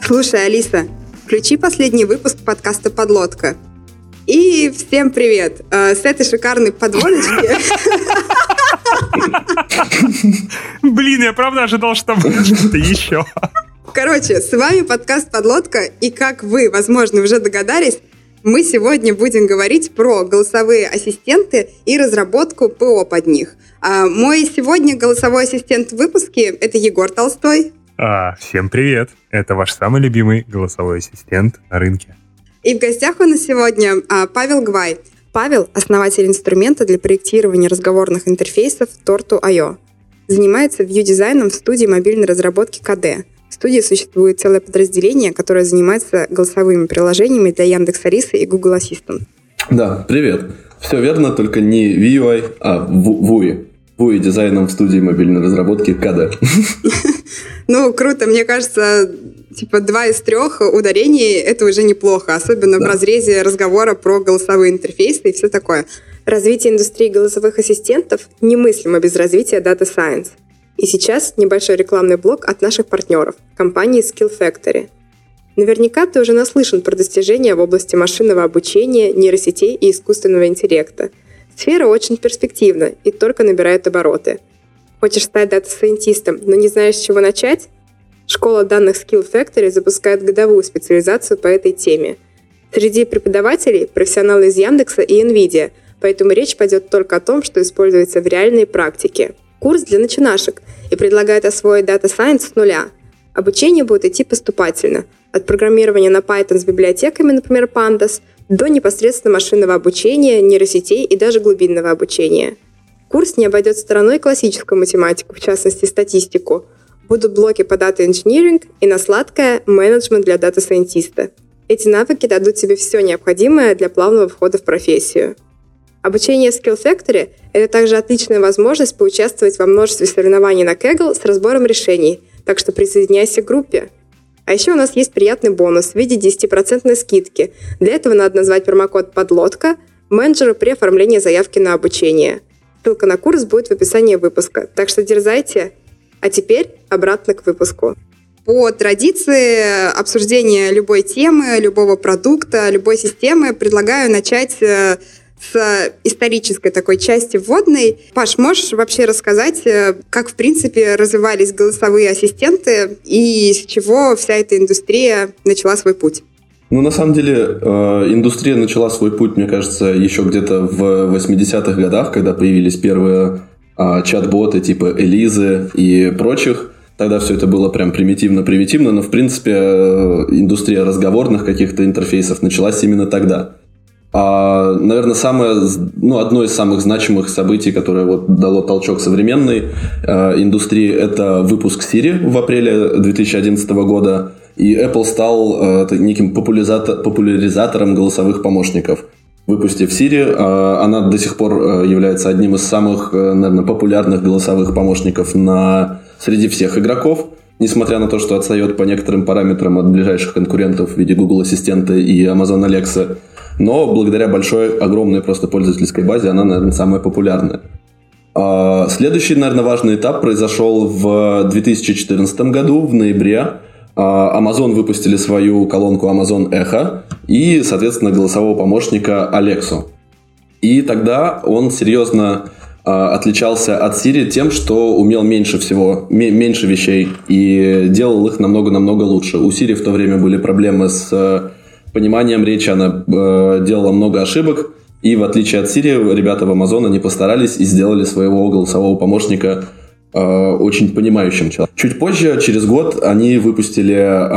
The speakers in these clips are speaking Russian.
Слушай, Алиса, включи последний выпуск подкаста «Подлодка». И всем привет! С этой шикарной подводочки... Блин, я правда ожидал, что будет что-то еще. Короче, с вами подкаст «Подлодка», и как вы, возможно, уже догадались, мы сегодня будем говорить про голосовые ассистенты и разработку ПО под них. Мой сегодня голосовой ассистент в выпуске – это Егор Толстой. Всем привет! Это ваш самый любимый голосовой ассистент на рынке. И в гостях у нас сегодня Павел Гвай. Павел – основатель инструмента для проектирования разговорных интерфейсов Tortu.io. Занимается вью-дизайном в студии мобильной разработки КД. В студии существует целое подразделение, которое занимается голосовыми приложениями для Яндекс.Алисы и Google Assistant. Да, привет. Все верно, только не VUI, а VUI. VUI дизайном в студии мобильной разработки КД. Ну, круто. Мне кажется, 2 из 3 ударений – это уже неплохо, особенно в разрезе разговора про голосовые интерфейсы и все такое. Развитие индустрии голосовых ассистентов немыслимо без развития Data Science. И сейчас небольшой рекламный блок от наших партнеров – компании Skill Factory. Наверняка ты уже наслышан про достижения в области машинного обучения, нейросетей и искусственного интеллекта. Сфера очень перспективна и только набирает обороты. Хочешь стать дата-сайентистом, но не знаешь, с чего начать? Школа данных Skill Factory запускает годовую специализацию по этой теме. Среди преподавателей – профессионалы из Яндекса и NVIDIA, поэтому речь пойдет только о том, что используется в реальной практике. Курс для начинашек и предлагает освоить Data Science с нуля. Обучение будет идти поступательно. От программирования на Python с библиотеками, например, Pandas, до непосредственно машинного обучения, нейросетей и даже глубинного обучения. Курс не обойдет стороной классическую математику, в частности статистику. Будут блоки по Data Engineering и на сладкое менеджмент для дата-сайентиста. Эти навыки дадут тебе все необходимое для плавного входа в профессию. Обучение в Skill Factory – это также отличная возможность поучаствовать во множестве соревнований на Kaggle с разбором решений, так что присоединяйся к группе. А еще у нас есть приятный бонус в виде 10% скидки. Для этого надо назвать промокод «Подлодка» менеджеру при оформлении заявки на обучение. Ссылка на курс будет в описании выпуска, так что дерзайте. А теперь обратно к выпуску. По традиции обсуждения любой темы, любого продукта, любой системы предлагаю начать с исторической такой части вводной. Паш, можешь вообще рассказать, как, в принципе, развивались голосовые ассистенты и с чего вся эта индустрия начала свой путь? Ну, на самом деле, индустрия начала свой путь, мне кажется, еще где-то в 80-х годах, когда появились первые чат-боты типа Элизы и прочих. Тогда все это было прям примитивно, но, в принципе, индустрия разговорных каких-то интерфейсов началась именно тогда. Наверное, одно из самых значимых событий, которое дало толчок современной индустрии, это выпуск Siri в апреле 2011 года, и Apple стал неким популяризатором голосовых помощников. Выпустив Siri, она до сих пор является одним из самых, наверное, популярных голосовых помощников среди всех игроков, несмотря на то, что отстает по некоторым параметрам от ближайших конкурентов в виде Google Ассистента и Amazon Alexa. Но благодаря огромной просто пользовательской базе она, наверное, самая популярная. Следующий, наверное, важный этап произошел в 2014 году, в ноябре. Amazon выпустили свою колонку Amazon Echo и, соответственно, голосового помощника Alexa. И тогда он серьезно отличался от Siri тем, что умел меньше вещей и делал их намного-намного лучше. У Siri в то время были проблемы с пониманием речи, она делала много ошибок, и в отличие от Siri, ребята в Amazon, они постарались и сделали своего голосового помощника очень понимающим человеком. Чуть позже, через год, они выпустили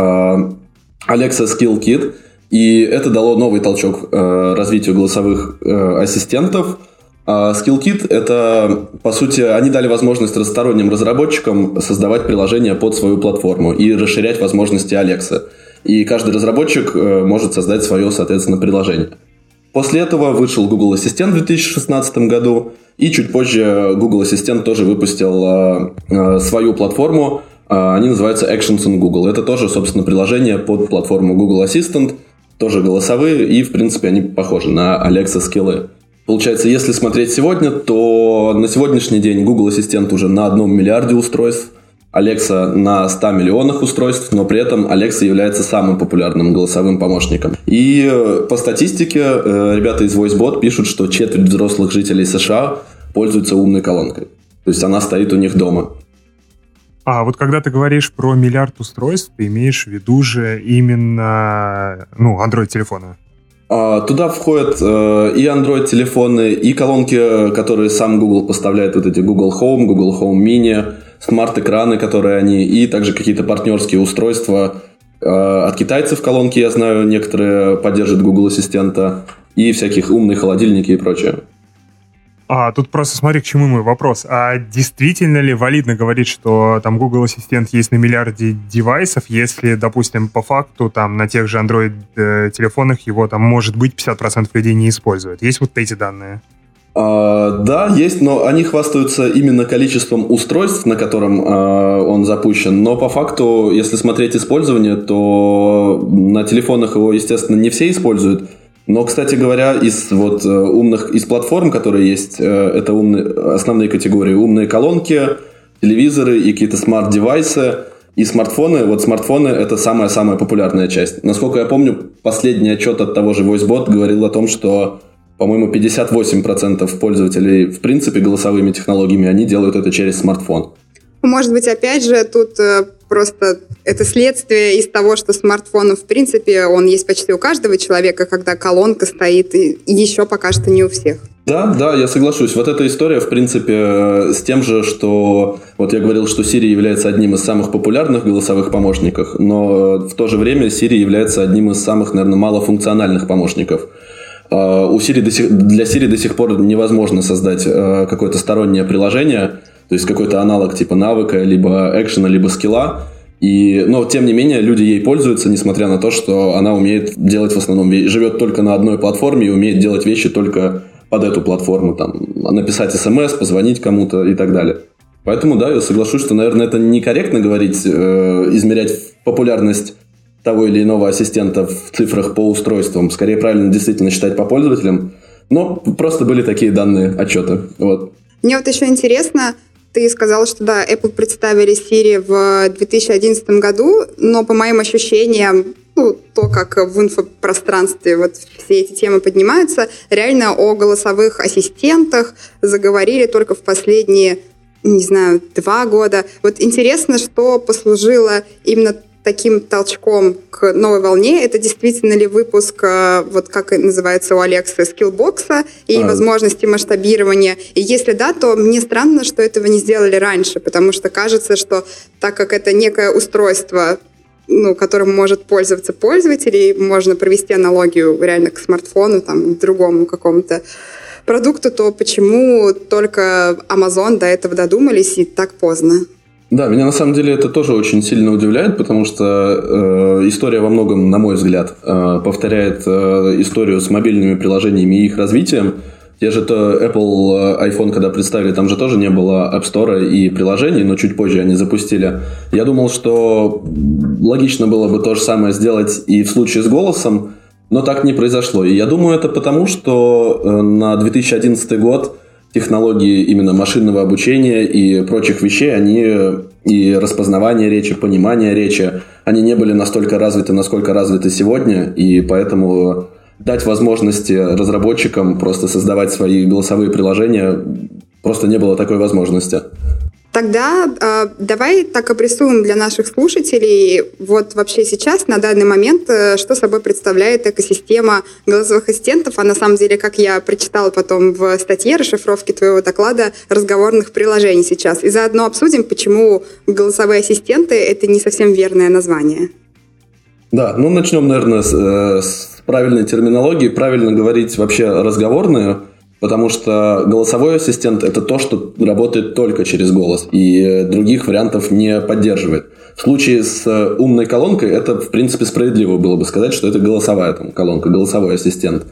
Alexa Skill Kit, и это дало новый толчок развитию голосовых ассистентов. Skill Kit — это, по сути, они дали возможность разносторонним разработчикам создавать приложения под свою платформу и расширять возможности Alexa. И каждый разработчик может создать свое, соответственно, приложение. После этого вышел Google Assistant в 2016 году, и чуть позже Google Assistant тоже выпустил свою платформу. Они называются Actions on Google. Это тоже, собственно, приложение под платформу Google Assistant, тоже голосовые, и, в принципе, они похожи на Alexa скиллы. Получается, если смотреть сегодня, то на сегодняшний день Google Assistant уже на 1 миллиарде устройств Alexa на 100 миллионах устройств, но при этом Alexa является самым популярным голосовым помощником. И по статистике ребята из VoiceBot пишут, что четверть взрослых жителей США пользуются умной колонкой. То есть она стоит у них дома. А вот когда ты говоришь про миллиард устройств, ты имеешь в виду же именно, Android-телефоны? Туда входят и Android-телефоны, и колонки, которые сам Google поставляет, вот эти Google Home Mini, смарт-экраны, которые они, и также какие-то партнерские устройства. От китайцев колонки, я знаю, некоторые поддерживают Google Ассистента, и всяких умные холодильники и прочее. Тут просто смотри, к чему мой вопрос. А действительно ли валидно говорить, что там Google Ассистент есть на миллиарде девайсов, если, допустим, по факту там на тех же Android-телефонах его там, может быть, 50% людей не используют? Есть вот эти данные? Да, есть, но они хвастаются именно количеством устройств, на котором он запущен. Но по факту, если смотреть использование, то на телефонах его, естественно, не все используют. Но, кстати говоря, из платформ, которые есть, это основные категории: умные колонки, телевизоры и какие-то смарт-девайсы и смартфоны. Вот смартфоны — это самая-самая популярная часть. Насколько я помню, последний отчет от того же VoiceBot говорил о том, что, по-моему, 58% пользователей, в принципе, голосовыми технологиями, они делают это через смартфон. Может быть, опять же, тут просто это следствие из того, что смартфон, в принципе, он есть почти у каждого человека, когда колонка стоит, и еще пока что не у всех. Да, я соглашусь. Вот эта история, в принципе, с тем же, что... Вот я говорил, что Siri является одним из самых популярных голосовых помощников, но в то же время Siri является одним из самых, наверное, малофункциональных помощников. Для Siri до сих пор невозможно создать какое-то стороннее приложение, то есть какой-то аналог типа навыка, либо экшена, либо скилла. Но, тем не менее, люди ей пользуются, несмотря на то, что она умеет делать в основном... Живет только на одной платформе и умеет делать вещи только под эту платформу. Там, написать смс, позвонить кому-то и так далее. Поэтому, да, я соглашусь, что, наверное, это некорректно говорить, измерять популярность того или иного ассистента в цифрах по устройствам. Скорее, правильно действительно считать по пользователям. Но просто были такие данные отчеты. Вот. Мне вот еще интересно... Ты сказал, что да, Apple представили Siri в 2011 году, но по моим ощущениям, то, как в инфопространстве вот все эти темы поднимаются, реально о голосовых ассистентах заговорили только в последние, 2 года. Вот интересно, что послужило именно таким толчком к новой волне. Это действительно ли выпуск, вот как называется у Alexa, скиллбокса и возможности масштабирования? И если да, то мне странно, что этого не сделали раньше, потому что кажется, что так как это некое устройство, которым может пользоваться пользователь, и можно провести аналогию реально к смартфону, там, к другому какому-то продукту, то почему только Amazon до этого додумались и так поздно? Да, меня на самом деле это тоже очень сильно удивляет, потому что история во многом, на мой взгляд, повторяет историю с мобильными приложениями и их развитием. Те же Apple iPhone, когда представили, там же тоже не было App Store и приложений, но чуть позже они запустили. Я думал, что логично было бы то же самое сделать и в случае с голосом, но так не произошло. И я думаю, это потому, что на 2011 год технологии именно машинного обучения и прочих вещей, и распознавание речи, понимание речи, они не были настолько развиты, насколько развиты сегодня, и поэтому дать возможности разработчикам просто создавать свои голосовые приложения просто не было такой возможности. Тогда давай так обрисуем для наших слушателей вот вообще сейчас, на данный момент, что собой представляет экосистема голосовых ассистентов, а на самом деле, как я прочитала потом в статье расшифровки твоего доклада, разговорных приложений сейчас. И заодно обсудим, почему голосовые ассистенты — это не совсем верное название. Да, начнем, наверное, с правильной терминологии. Правильно говорить вообще разговорные, потому что голосовой ассистент — это то, что работает только через голос и других вариантов не поддерживает. В случае с умной колонкой это, в принципе, справедливо было бы сказать, что это голосовая колонка, голосовой ассистент.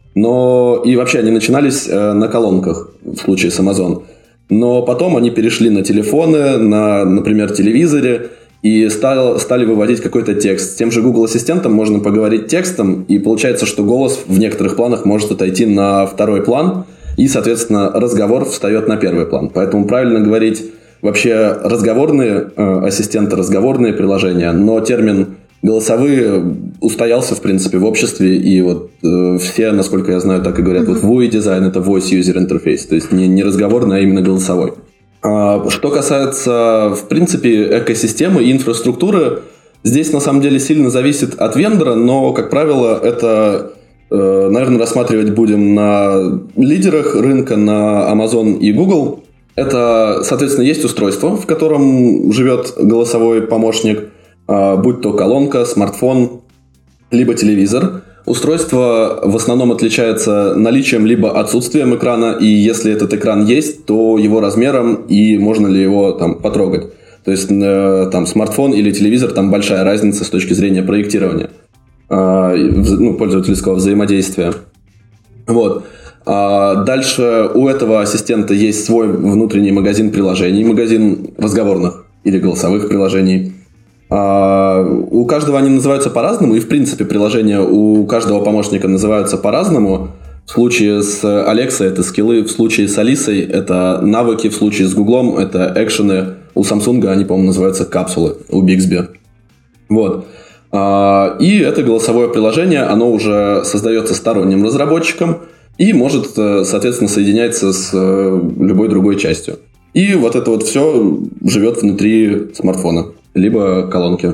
Но и вообще они начинались на колонках в случае с Amazon. Но потом они перешли на телефоны, на, например, телевизоре, и стали выводить какой-то текст. С тем же Google Ассистентом можно поговорить текстом, и получается, что голос в некоторых планах может отойти на второй план, и, соответственно, разговор встает на первый план. Поэтому правильно говорить вообще разговорные ассистенты, разговорные приложения, но термин голосовые устоялся, в принципе, в обществе, и вот все, насколько я знаю, так и говорят. Вот VUI дизайн — это Voice User Interface, то есть не разговорный, а именно голосовой. Что касается, в принципе, экосистемы и инфраструктуры, здесь на самом деле сильно зависит от вендора, но, как правило, это, наверное, рассматривать будем на лидерах рынка, на Amazon и Google. Это, соответственно, есть устройство, в котором живет голосовой помощник, будь то колонка, смартфон, либо телевизор. Устройство в основном отличается наличием либо отсутствием экрана, и если этот экран есть, то его размером и можно ли его там потрогать. То есть там смартфон или телевизор, там большая разница с точки зрения проектирования, пользовательского взаимодействия. Вот. Дальше у этого ассистента есть свой внутренний магазин приложений, магазин разговорных или голосовых приложений. У каждого они называются по-разному, и в принципе приложения у каждого помощника называются по-разному. В случае с Alexa это скиллы, в случае с Алисой это навыки, в случае с Гуглом это экшены, у Samsung они, по-моему, называются капсулы, у Bixby. Вот. И это голосовое приложение, оно уже создается сторонним разработчиком и может, соответственно, соединяться с любой другой частью. И вот это вот все живет внутри смартфона, либо колонки.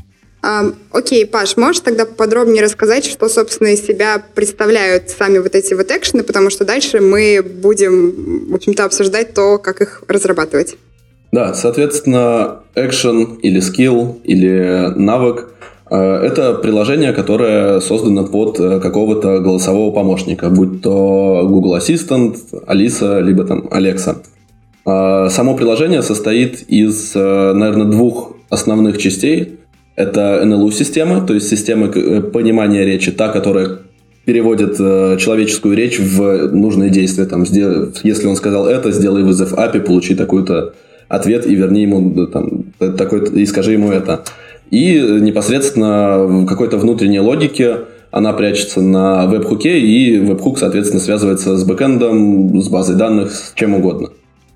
Окей, Паш, можешь тогда подробнее рассказать, что, собственно, из себя представляют сами вот эти вот экшены, потому что дальше мы будем, в общем-то, обсуждать то, как их разрабатывать. Да, соответственно, экшен или скилл или навык – это приложение, которое создано под какого-то голосового помощника, будь то Google Assistant, Alisa, либо там Alexa. Само приложение состоит из, наверное, двух основных частей. Это NLU-система, то есть система понимания речи, та, которая переводит человеческую речь в нужные действия. Там, если он сказал это, сделай вызов API, получи такой-то ответ и верни ему и скажи ему это. И непосредственно в какой-то внутренней логике она прячется на веб-хуке, и веб-хук, соответственно, связывается с бэкэндом, с базой данных, с чем угодно.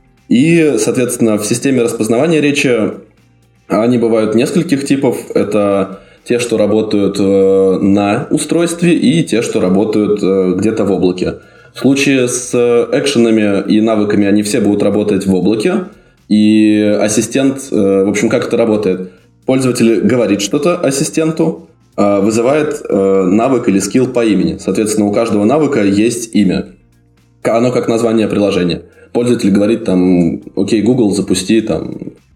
И, соответственно, в системе распознавания речи они бывают нескольких типов. Это те, что работают на устройстве, и те, что работают где-то в облаке. В случае с экшенами и навыками они все будут работать в облаке. И ассистент, в общем, как это работает? Пользователь говорит что-то ассистенту, вызывает навык или скилл по имени. Соответственно, у каждого навыка есть имя. Оно как название приложения. Пользователь говорит там: окей, Google, запусти там,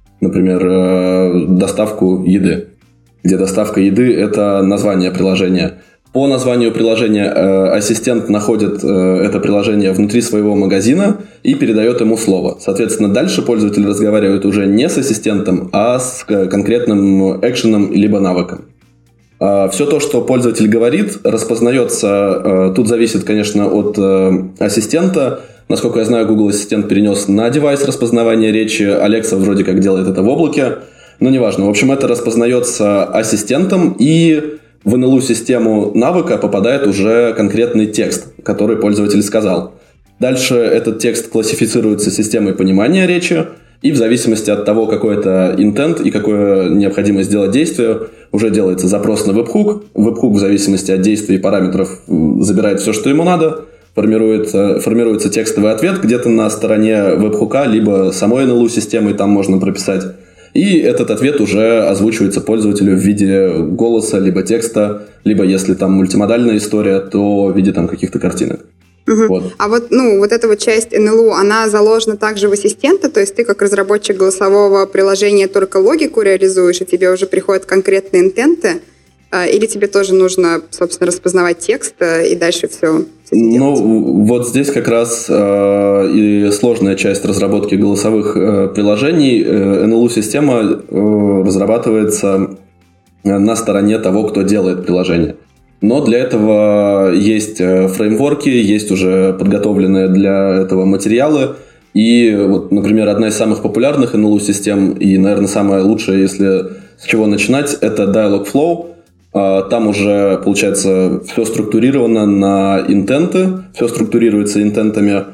например, доставку еды. Где доставка еды – это название приложения. По названию приложения ассистент находит это приложение внутри своего магазина и передает ему слово. Соответственно, дальше пользователь разговаривает уже не с ассистентом, а с конкретным экшеном либо навыком. Все то, что пользователь говорит, распознается. Тут зависит, конечно, от ассистента. Насколько я знаю, Google Ассистент перенес на девайс распознавание речи. Alexa вроде как делает это в облаке. Но неважно. В общем, это распознается ассистентом, и в NLU-систему навыка попадает уже конкретный текст, который пользователь сказал. Дальше этот текст классифицируется системой понимания речи, и в зависимости от того, какой это интент и какое необходимо сделать действие, уже делается запрос на веб-хук. Веб-хук в зависимости от действий и параметров забирает все, что ему надо. Формируется текстовый ответ где-то на стороне веб-хука, либо самой NLU-системы, там можно прописать. И этот ответ уже озвучивается пользователю в виде голоса, либо текста, либо, если там мультимодальная история, то в виде там каких-то картинок. Угу. Вот. А вот эта вот часть NLU, она заложена также в ассистента, то есть ты как разработчик голосового приложения только логику реализуешь, и тебе уже приходят конкретные интенты, или тебе тоже нужно, собственно, распознавать текст и дальше все делать? Вот здесь как раз и сложная часть разработки голосовых приложений. NLU-система разрабатывается на стороне того, кто делает приложение. Но для этого есть фреймворки, есть уже подготовленные для этого материалы. И вот, например, одна из самых популярных NLU-систем и, наверное, самая лучшая, если с чего начинать, это Dialogflow. Там уже, получается, все структурировано на интенты, все структурируется интентами,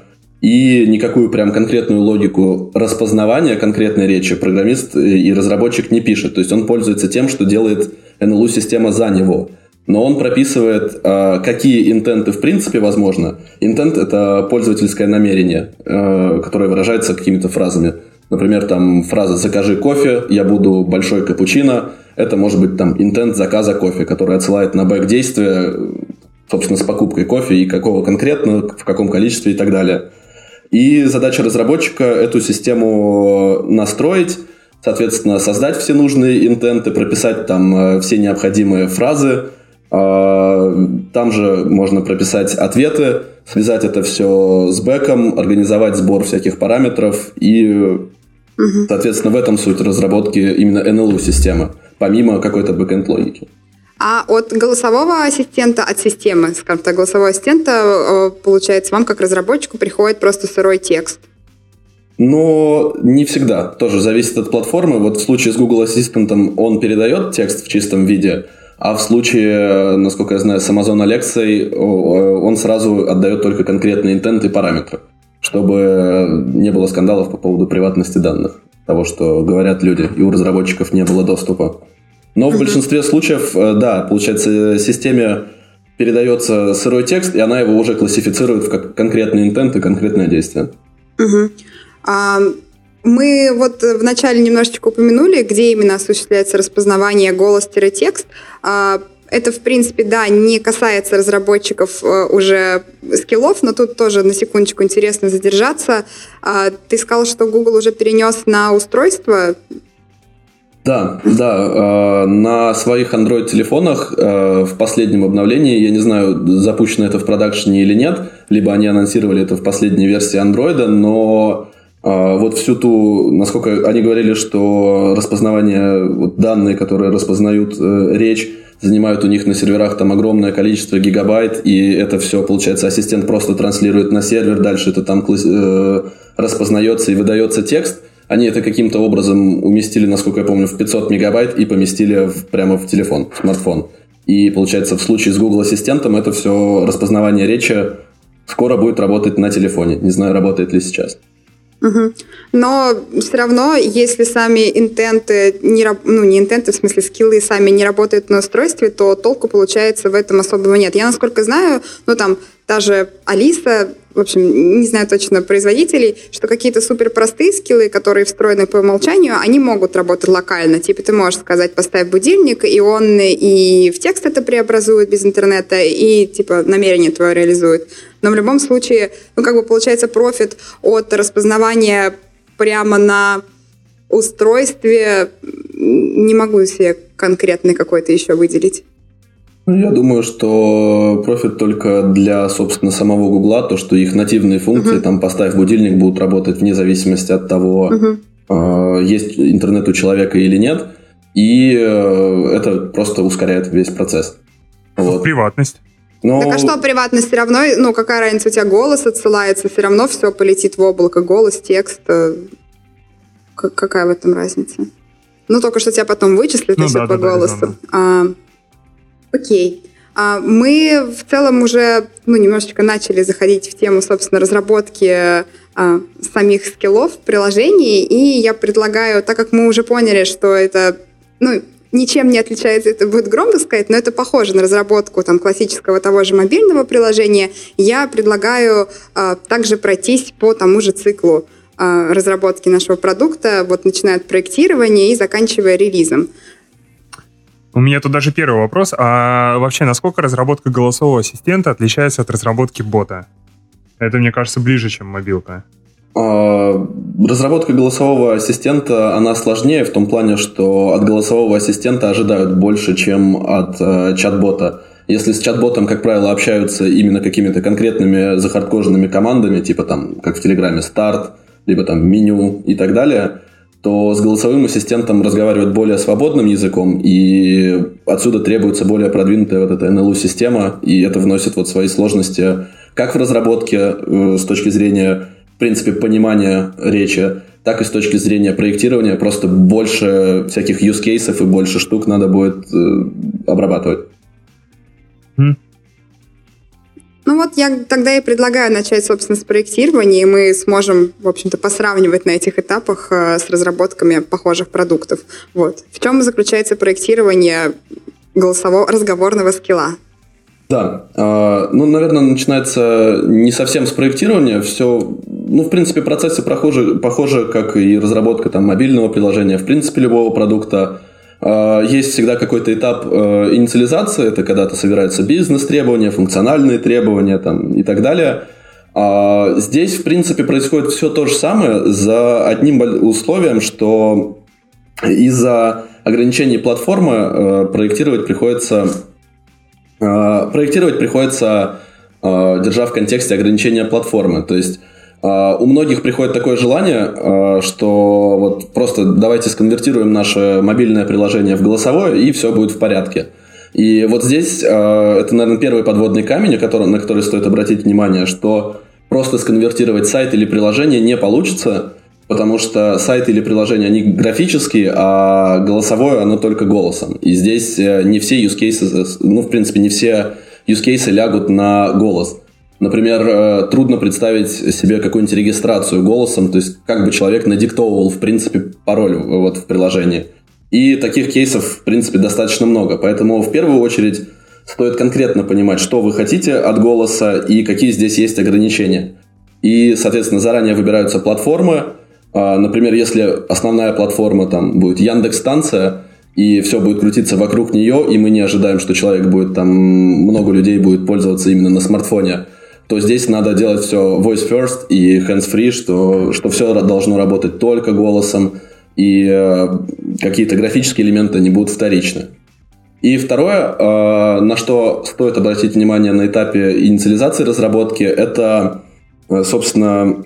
и никакую прям конкретную логику распознавания конкретной речи программист и разработчик не пишет. То есть он пользуется тем, что делает NLU-система за него. Но он прописывает, какие интенты в принципе возможно. Интент — это пользовательское намерение, которое выражается какими-то фразами. Например, там фраза «закажи кофе», «я буду большой капучино». Это может быть там интент заказа кофе, который отсылает на бэк действия, собственно, с покупкой кофе и какого конкретно, в каком количестве и так далее. И задача разработчика — эту систему настроить, соответственно, создать все нужные интенты, прописать там все необходимые фразы. Там же можно прописать ответы, связать это все с бэком, организовать сбор всяких параметров и, соответственно, в этом суть разработки именно NLU-системы, помимо какой-то бэкэнд логики. А от голосового ассистента, от системы, скажем так, голосового ассистента, получается, вам как разработчику приходит просто сырой текст? Но не всегда. Тоже зависит от платформы. Вот в случае с Google Assistant он передает текст в чистом виде, а в случае, насколько я знаю, с Amazon Alexa он сразу отдает только конкретные интенты и параметры, чтобы не было скандалов по поводу приватности данных, того, что говорят люди, и у разработчиков не было доступа. Но в большинстве случаев, да, получается, системе передается сырой текст, и она его уже классифицирует в как конкретный интент и конкретное действие. Мы вот вначале немножечко упомянули, где именно осуществляется распознавание голос-текст. Это, в принципе, да, не касается разработчиков уже скиллов, но тут тоже на секундочку интересно задержаться. Ты сказал, что Google уже перенес на устройство? Да, на своих Android-телефонах в последнем обновлении, я не знаю, запущено это в продакшене или нет, либо они анонсировали это в последней версии Android, но вот всю ту, насколько они говорили, что распознавание, вот данные, которые распознают речь, занимают у них на серверах там огромное количество гигабайт, и это все, получается, ассистент просто транслирует на сервер, дальше это там распознается и выдается текст. Они это каким-то образом уместили, насколько я помню, в 500 мегабайт и поместили прямо в телефон, в смартфон. И, получается, в случае с Google Ассистентом это все распознавание речи скоро будет работать на телефоне. Не знаю, работает ли сейчас. Но все равно, если сами интенты, не интенты, в смысле скиллы сами не работают на устройстве, то толку, получается, в этом особого нет. Я, насколько знаю, там та же Алиса, в общем, не знаю точно производителей, что какие-то суперпростые скиллы, которые встроены по умолчанию, они могут работать локально. Типа ты можешь сказать «поставь будильник», и он и в текст это преобразует без интернета, и типа намерение твое реализует. Но в любом случае, получается профит от распознавания прямо на устройстве не могу себе конкретный какой-то еще выделить. Я думаю, что профит только для, собственно, самого Гугла, то, что их нативные функции, там «поставь будильник», будут работать вне зависимости от того, есть интернет у человека или нет, и это просто ускоряет весь процесс. Вот. Приватность. Так а что приватность? Все равно, какая разница, у тебя голос отсылается, все равно все полетит в облако, голос, текст. Какая в этом разница? Только что тебя потом вычислят еще по голосу. Окей. Мы в целом уже немножечко начали заходить в тему, собственно, разработки самих скиллов, приложений, и я предлагаю, так как мы уже поняли, что это ничем не отличается, это будет громко сказать, но это похоже на разработку классического того же мобильного приложения, я предлагаю также пройтись по тому же циклу разработки нашего продукта, начиная от проектирования и заканчивая релизом. У меня тут даже первый вопрос. А вообще, насколько разработка голосового ассистента отличается от разработки бота? Это, мне кажется, ближе, чем мобилка. Разработка голосового ассистента, она сложнее в том плане, что от голосового ассистента ожидают больше, чем от чат-бота. Если с чат-ботом, как правило, общаются именно какими-то конкретными захардкоженными командами, типа там, как в Телеграме, старт, либо там меню и так далее, то с голосовым ассистентом разговаривают более свободным языком, и отсюда требуется более продвинутая эта NLU-система, и это вносит свои сложности как в разработке с точки зрения, в принципе, понимания речи, так и с точки зрения проектирования. Просто больше всяких use-кейсов и больше штук надо будет обрабатывать. Ну вот я тогда и предлагаю начать, собственно, с проектирования, и мы сможем, в общем-то, посравнивать на этих этапах с разработками похожих продуктов. Вот. В чем заключается проектирование голосового разговорного скилла? Да, наверное, начинается не совсем с проектирования, все, в принципе, процессы похожи, как и разработка там мобильного приложения, в принципе, любого продукта. Есть всегда какой-то этап инициализации, это когда-то собираются бизнес-требования, функциональные требования там, и так далее. Здесь, в принципе, происходит все то же самое за одним условием, что из-за ограничений платформы проектировать приходится, держа в контексте ограничения платформы. То есть у многих приходит такое желание, что вот просто давайте сконвертируем наше мобильное приложение в голосовое, и все будет в порядке. И вот здесь это, наверное, первый подводный камень, на который стоит обратить внимание, что просто сконвертировать сайт или приложение не получится, потому что сайт или приложение, они графические, а голосовое, оно только голосом. И здесь не все use cases, в принципе, не все use cases лягут на голос. Например, трудно представить себе какую-нибудь регистрацию голосом, то есть как бы человек надиктовывал, в принципе, пароль вот в приложении. И таких кейсов, в принципе, достаточно много. Поэтому в первую очередь стоит конкретно понимать, что вы хотите от голоса и какие здесь есть ограничения. И, соответственно, заранее выбираются платформы. Например, если основная платформа там будет Яндекс.Станция, и все будет крутиться вокруг нее, и мы не ожидаем, что человек будет там, много людей будет пользоваться именно на смартфоне, то здесь надо делать все voice first и hands free, что все должно работать только голосом, и какие-то графические элементы не будут вторичны. И второе, на что стоит обратить внимание на этапе инициализации разработки, это, собственно,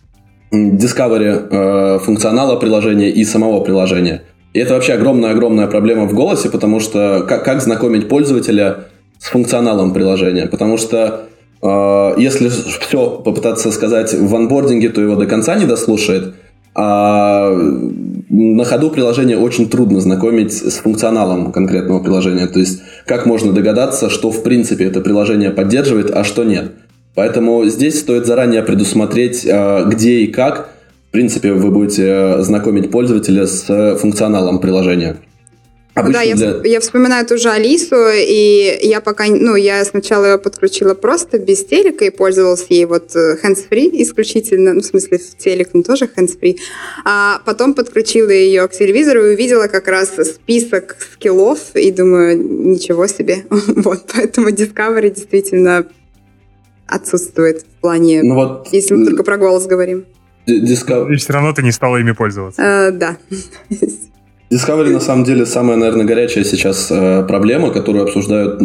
discovery функционала приложения и самого приложения. И это вообще огромная проблема в голосе, потому что как знакомить пользователя с функционалом приложения? Потому что если все попытаться сказать в онбординге, то его до конца не дослушает, а на ходу приложение очень трудно знакомить с функционалом конкретного приложения. То есть как можно догадаться, что в принципе это приложение поддерживает, а что нет. Поэтому здесь стоит заранее предусмотреть, где и как, в принципе, вы будете знакомить пользователя с функционалом приложения. Да, я вспоминаю ту же Алису, и я я сначала ее подключила просто без телека и пользовалась ей вот hands-free исключительно, в смысле в телек, но тоже hands-free, а потом подключила ее к телевизору и увидела как раз список скиллов, и думаю, ничего себе, вот, поэтому Discovery действительно отсутствует в плане, если мы только про голос говорим. И все равно ты не стала ими пользоваться. Да. Discovery, на самом деле, самая, наверное, горячая сейчас проблема, которую обсуждают,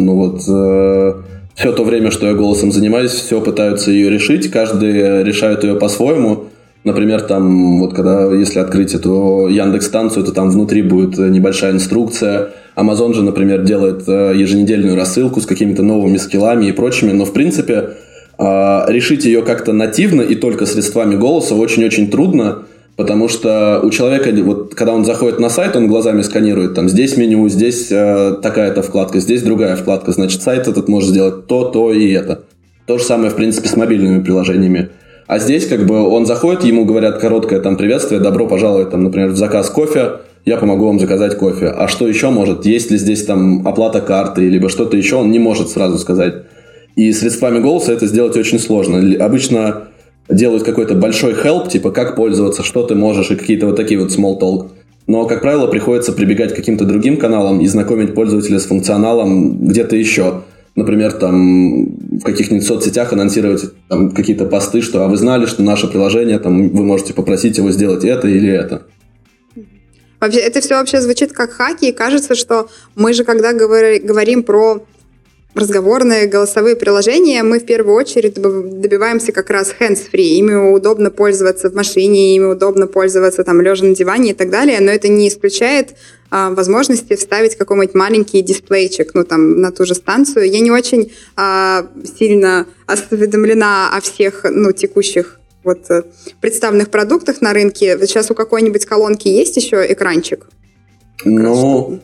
все то время, что я голосом занимаюсь, все пытаются ее решить, каждый решает ее по-своему. Например, там, если открыть эту Яндекс.Станцию, то там внутри будет небольшая инструкция. Amazon же, например, делает еженедельную рассылку с какими-то новыми скиллами и прочими, но, в принципе, решить ее как-то нативно и только средствами голоса очень-очень трудно. Потому что у человека, когда он заходит на сайт, он глазами сканирует, там, здесь меню, здесь такая-то вкладка, здесь другая вкладка, значит, сайт этот может сделать то и это. То же самое, в принципе, с мобильными приложениями. А здесь, он заходит, ему говорят короткое там приветствие, добро пожаловать, там, например, в заказ кофе, я помогу вам заказать кофе. А что еще может? Есть ли здесь там оплата карты, либо что-то еще, он не может сразу сказать. И средствами голоса это сделать очень сложно. Обычно делают какой-то большой help, типа как пользоваться, что ты можешь, и какие-то вот такие вот small talk. Но, как правило, приходится прибегать к каким-то другим каналам и знакомить пользователя с функционалом где-то еще. Например, там в каких-нибудь соцсетях анонсировать там какие-то посты, что «А вы знали, что наше приложение, там вы можете попросить его сделать это или это». Вообще, это все вообще звучит как хаки, и кажется, что мы же, когда говорим про разговорные голосовые приложения, мы в первую очередь добиваемся как раз hands-free. Ими удобно пользоваться в машине, ими удобно пользоваться там лежа на диване и так далее, но это не исключает возможности вставить какой-нибудь маленький дисплейчик, на ту же станцию. Я не очень сильно осведомлена о всех, текущих представленных продуктах на рынке. Сейчас у какой-нибудь колонки есть еще экранчик? Ну,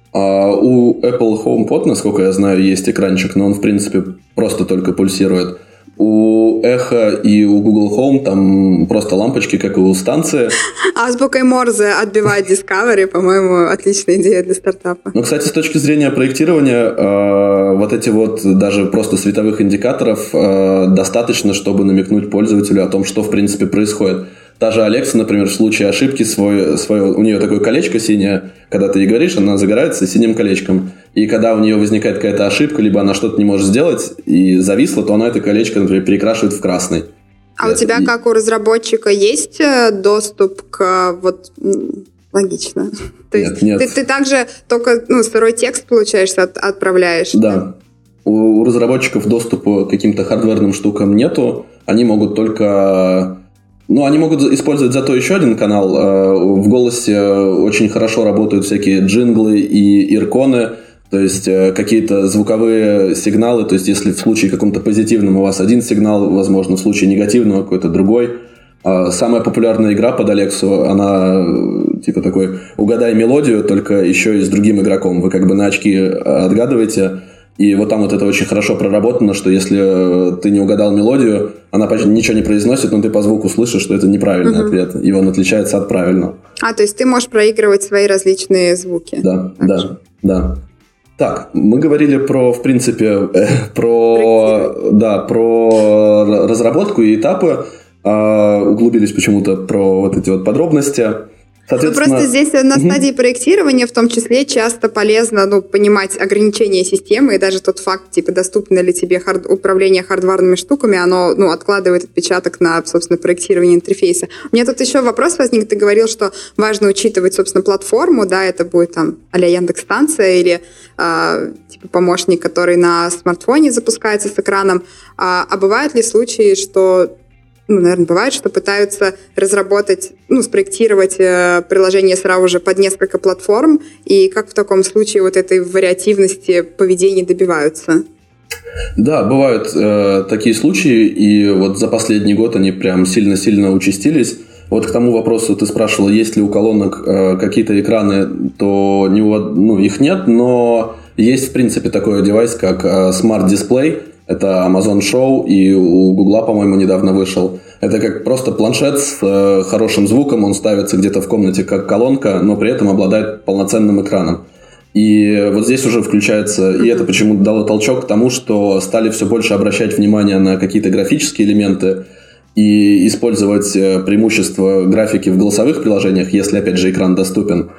у Apple HomePod, насколько я знаю, есть экранчик, но он, в принципе, просто только пульсирует. У Echo и у Google Home там просто лампочки, как и у станции. Азбукой Морзе отбивать Discovery, по-моему, отличная идея для стартапа. Ну, кстати, с точки зрения проектирования, вот эти вот даже просто световых индикаторов достаточно, чтобы намекнуть пользователю о том, что, в принципе, происходит. Та же Alexa, например, в случае ошибки у нее такое колечко синее, когда ты ей говоришь, она загорается синим колечком. И когда у нее возникает какая-то ошибка, либо она что-то не может сделать и зависла, то она это колечко, например, перекрашивает в красный. А у тебя, как у разработчика, есть доступ к... Логично. То есть нет. Ты также только сырой текст, получается, отправляешь? Да. У разработчиков доступа к каким-то хардверным штукам нету. Они могут только... они могут использовать зато еще один канал. В голосе очень хорошо работают всякие джинглы и ирконы, то есть какие-то звуковые сигналы, то есть если в случае каком-то позитивном у вас один сигнал, возможно, в случае негативного какой-то другой. Самая популярная игра под Алексу, она типа такой «угадай мелодию», только еще и с другим игроком. Вы как бы на очки отгадываете. И вот там вот это очень хорошо проработано, что если ты не угадал мелодию, она почти ничего не произносит, но ты по звуку слышишь, что это неправильный ответ, и он отличается от правильного. То есть ты можешь проигрывать свои различные звуки. Да. Так, мы говорили в принципе, про разработку и этапы, углубились почему-то про вот эти вот подробности. Просто здесь на стадии проектирования в том числе часто полезно понимать ограничения системы, и даже тот факт, доступно ли тебе управление хардварными штуками, оно откладывает отпечаток на, собственно, проектирование интерфейса. У меня тут еще вопрос возник. Ты говорил, что важно учитывать, собственно, платформу, да, это будет там а-ля Яндекс.Станция или помощник, который на смартфоне запускается с экраном. А бывают ли случаи, что... наверное, бывает, что пытаются разработать, спроектировать приложение сразу же под несколько платформ, и как в таком случае вот этой вариативности поведения добиваются? Да, бывают такие случаи, и вот за последний год они прям сильно-сильно участились. Вот к тому вопросу ты спрашивала, есть ли у колонок какие-то экраны, то их нет, но есть, в принципе, такой девайс, как Smart Display. Это Amazon Show, и у Гугла, по-моему, недавно вышел. Это как просто планшет с хорошим звуком, он ставится где-то в комнате как колонка, но при этом обладает полноценным экраном. И вот здесь уже включается, и это почему-то дало толчок к тому, что стали все больше обращать внимание на какие-то графические элементы и использовать преимущества графики в голосовых приложениях, если, опять же, экран доступен.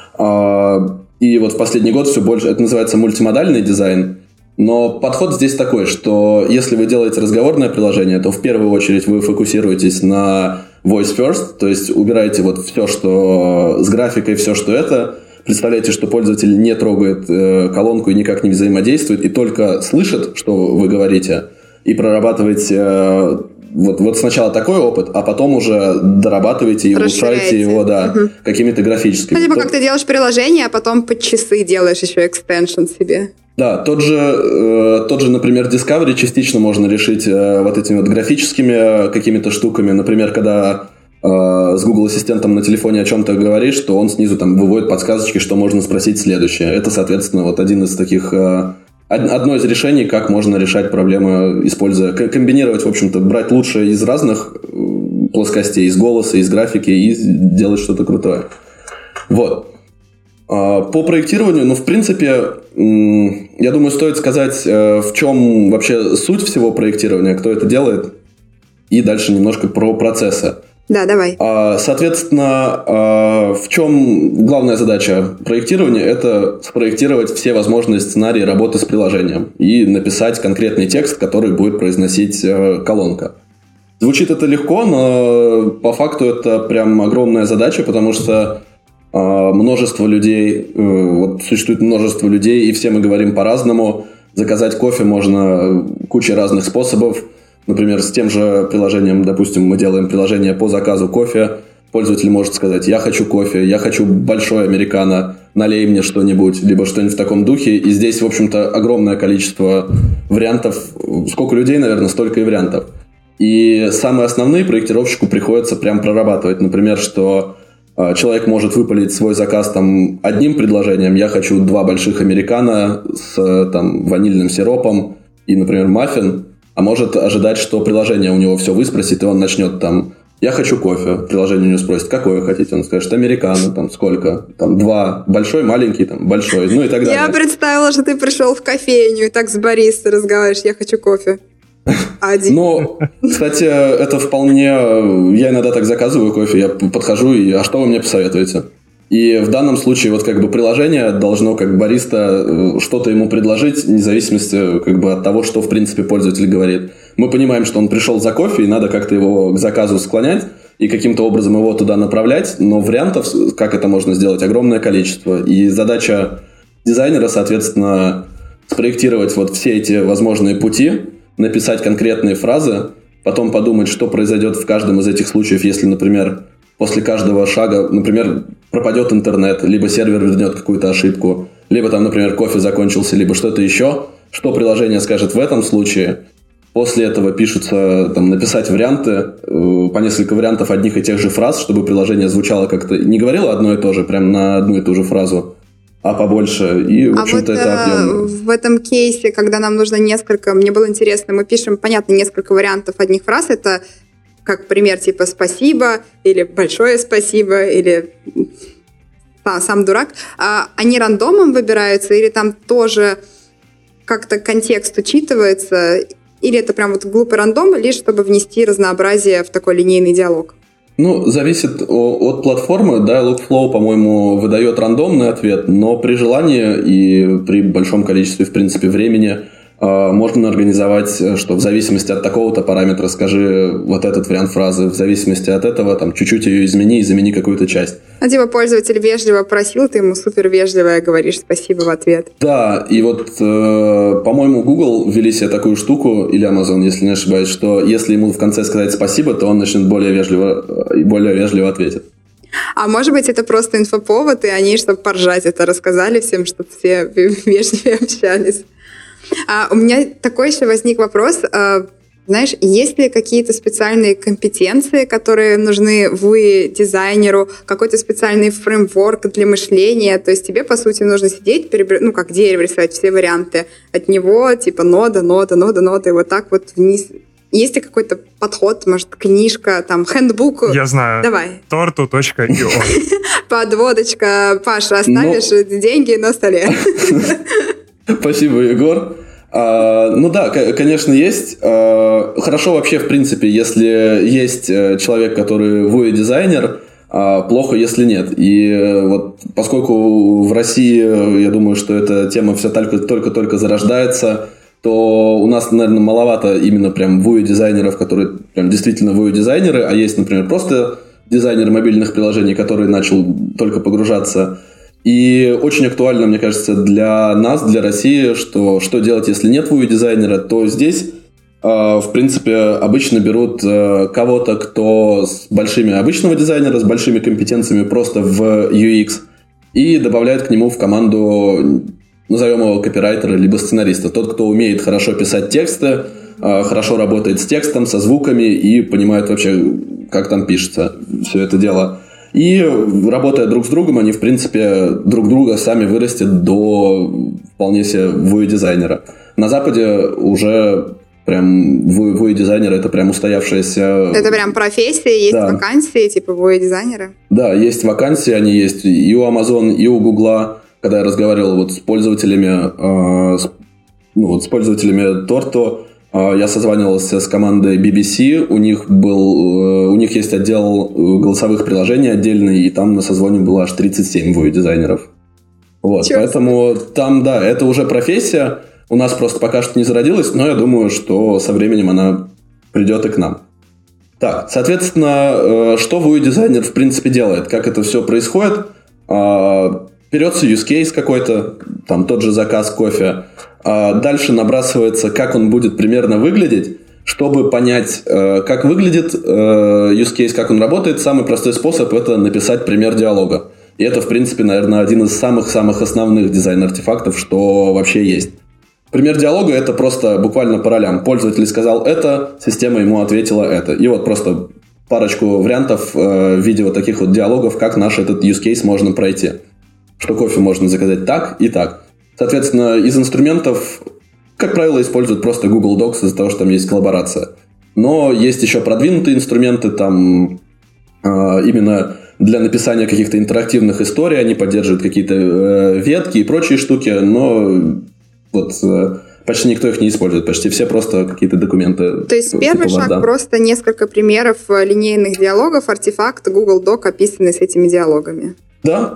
И вот в последний год все больше, это называется мультимодальный дизайн. Но подход здесь такой, что если вы делаете разговорное приложение, то в первую очередь вы фокусируетесь на voice first, то есть убираете вот все, что с графикой, все, что это. Представляете, что пользователь не трогает колонку и никак не взаимодействует, и только слышит, что вы говорите, и прорабатываете вот сначала такой опыт, а потом уже дорабатываете и улучшаете его, какими-то графическими. Либо как ты делаешь приложение, а потом под часы делаешь еще экстеншн себе. Да, тот же, например, Discovery частично можно решить вот этими вот графическими какими-то штуками. Например, когда с Google Ассистентом на телефоне о чем-то говоришь, то он снизу там выводит подсказочки, что можно спросить следующее. Это, соответственно, вот один из таких... Одно из решений, как можно решать проблемы, используя... Комбинировать, в общем-то, брать лучшее из разных плоскостей, из голоса, из графики и делать что-то крутое. Вот. По проектированию, в принципе, я думаю, стоит сказать, в чем вообще суть всего проектирования, кто это делает, и дальше немножко про процессы. Да, давай. Соответственно, в чем главная задача проектирования? Это спроектировать все возможные сценарии работы с приложением и написать конкретный текст, который будет произносить колонка. Звучит это легко, но по факту это прям огромная задача, потому что множество людей, существует множество людей, и все мы говорим по-разному. Заказать кофе можно кучей разных способов. Например, с тем же приложением, допустим, мы делаем приложение по заказу кофе. Пользователь может сказать: я хочу кофе, я хочу большой американо, налей мне что-нибудь, либо что-нибудь в таком духе. И здесь, в общем-то, огромное количество вариантов. Сколько людей, наверное, столько и вариантов. И самые основные проектировщику приходится прям прорабатывать. Например, что Человек может выпалить свой заказ там одним предложением. Я хочу 2 больших американо с там ванильным сиропом и, например, маффин. А может ожидать, что приложение у него все выспросит, и он начнет там: я хочу кофе. Приложение у него спросит: какой вы хотите? Он скажет: американо, там сколько? Там 2, большой, маленький, там большой, ну и так далее. Я представила, что ты пришел в кофейню и так с баристой разговариваешь: я хочу кофе. Один. Ну, кстати, это вполне... Я иногда так заказываю кофе, я подхожу и: а что вы мне посоветуете? И в данном случае вот как бы приложение должно, как бариста, что-то ему предложить, вне зависимости как бы от того, что в принципе пользователь говорит. Мы понимаем, что он пришел за кофе, и надо как-то его к заказу склонять и каким-то образом его туда направлять, но вариантов, как это можно сделать, огромное количество. И задача дизайнера, соответственно, спроектировать вот все эти возможные пути, написать конкретные фразы, потом подумать, что произойдет в каждом из этих случаев, если, например, после каждого шага, например, пропадет интернет, либо сервер вернет какую-то ошибку, либо там, например, кофе закончился, либо что-то еще, что приложение скажет в этом случае. После этого пишутся, там, написать варианты, по несколько вариантов одних и тех же фраз, чтобы приложение звучало как-то, не говорило одно и то же, прям на одну и ту же фразу, а побольше, и, в общем-то, вот, это объемно. В этом кейсе, когда нам нужно несколько, мне было интересно, мы пишем, понятно, несколько вариантов одних фраз, это как пример типа «спасибо», или «большое спасибо», или «сам дурак». Они рандомом выбираются, или там тоже как-то контекст учитывается, или это прям вот глупый рандом, лишь чтобы внести разнообразие в такой линейный диалог? Ну, зависит от платформы. Dialogflow, по-моему, выдает рандомный ответ, но при желании и при большом количестве, в принципе, времени можно организовать, что в зависимости от такого-то параметра скажи вот этот вариант фразы, в зависимости от этого там чуть-чуть ее измени и замени какую-то часть. Типа пользователь вежливо просил, ты ему супер вежливо говоришь спасибо в ответ. Да, и вот, по-моему, Google ввели себе такую штуку, или Amazon, если не ошибаюсь, что если ему в конце сказать спасибо, то он начнет более вежливо ответить. А может быть, это просто инфоповод, и они, чтобы поржать, это рассказали всем, чтобы все вежливее общались. У меня такой еще возник вопрос. Знаешь, есть ли какие-то специальные компетенции, которые нужны дизайнеру, какой-то специальный фреймворк для мышления? То есть тебе, по сути, нужно сидеть, как дерево рисовать все варианты от него, типа нода, и вот так вот вниз. Есть ли какой-то подход, может, книжка, там, хэндбук? Я знаю. Давай. Tortu.io. Подводочка. Паша, оставишь деньги на столе. Спасибо, Егор. Ну да, конечно, есть. Хорошо вообще, в принципе, если есть человек, который UI-дизайнер, плохо, если нет. И вот поскольку в России, я думаю, что эта тема все только-только зарождается, то у нас, наверное, маловато именно прям UI-дизайнеров, которые прям действительно UI-дизайнеры, а есть, например, просто дизайнер мобильных приложений, который начал только погружаться. И очень актуально, мне кажется, для нас, для России, что делать, если нет UI-дизайнера, то здесь, в принципе, обычно берут кого-то, кто с большими обычного дизайнера, с большими компетенциями просто в UX, и добавляют к нему в команду, назовем его копирайтера, либо сценариста. Тот, кто умеет хорошо писать тексты, хорошо работает с текстом, со звуками и понимает вообще, как там пишется все это дело. И, работая друг с другом, они, в принципе, друг друга сами вырастят до вполне себе UI-дизайнера. На Западе уже прям UI-дизайнер — это прям устоявшаяся... Это прям профессия, есть вакансии типа UI-дизайнера? Да, есть вакансии, они есть и у Amazon, и у Google. Когда я разговаривал вот с пользователями Tortu, я созванивался с командой BBC, у них есть отдел голосовых приложений отдельный, и там на созвоне было аж 37 UI-дизайнеров. Вот, поэтому там, да, это уже профессия, у нас просто пока что не зародилась, но я думаю, что со временем она придет и к нам. Так, соответственно, что UI-дизайнер в принципе делает, как это все происходит? Берется use case какой-то, там тот же заказ кофе, дальше набрасывается, как он будет примерно выглядеть. Чтобы понять, как выглядит use case, как он работает, самый простой способ — это написать пример диалога. И это, в принципе, наверное, один из самых-самых основных дизайн-артефактов, что вообще есть. Пример диалога — это просто буквально по ролям. Пользователь сказал это, система ему ответила это. И вот просто парочку вариантов в виде вот таких вот диалогов, как наш этот use case можно пройти. Что кофе можно заказать так и так. Соответственно, из инструментов, как правило, используют просто Google Docs из-за того, что там есть коллаборация. Но есть еще продвинутые инструменты, там именно для написания каких-то интерактивных историй, они поддерживают какие-то ветки и прочие штуки, но вот почти никто их не использует, почти все просто какие-то документы. То есть первый шаг просто несколько примеров линейных диалогов, артефакт, Google Doc, описанный с этими диалогами. Да,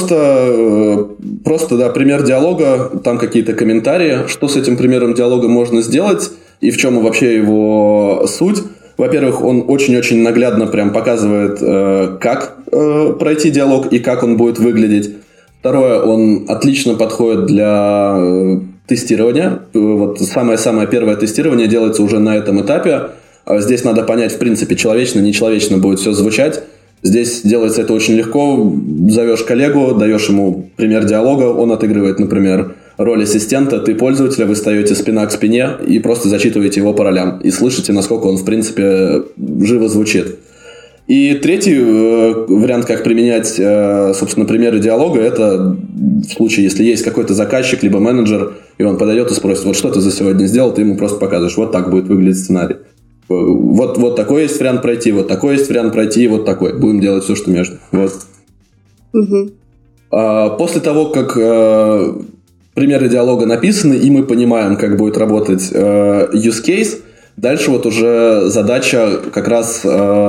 просто, да, пример диалога, там какие-то комментарии, что с этим примером диалога можно сделать и в чем вообще его суть. Во-первых, он очень-очень наглядно прям показывает, как пройти диалог и как он будет выглядеть. Второе, он отлично подходит для тестирования. Вот самое-самое первое тестирование делается уже на этом этапе. Здесь надо понять, в принципе, человечно, нечеловечно будет все звучать. Здесь делается это очень легко. Зовешь коллегу, даешь ему пример диалога, он отыгрывает, например, роль ассистента, ты пользователя, вы встаете спина к спине и просто зачитываете его по ролям. И слышите, насколько он, в принципе, живо звучит. И третий вариант, как применять, собственно, примеры диалога, это в случае, если есть какой-то заказчик, либо менеджер, и он подойдет и спросит, вот что ты за сегодня сделал, ты ему просто показываешь, вот так будет выглядеть сценарий. Вот такой есть вариант пройти, вот такой есть вариант пройти, и вот такой. Будем делать все, что между. Вот. Угу. После того, как примеры диалога написаны, и мы понимаем, как будет работать use case, дальше вот уже задача как раз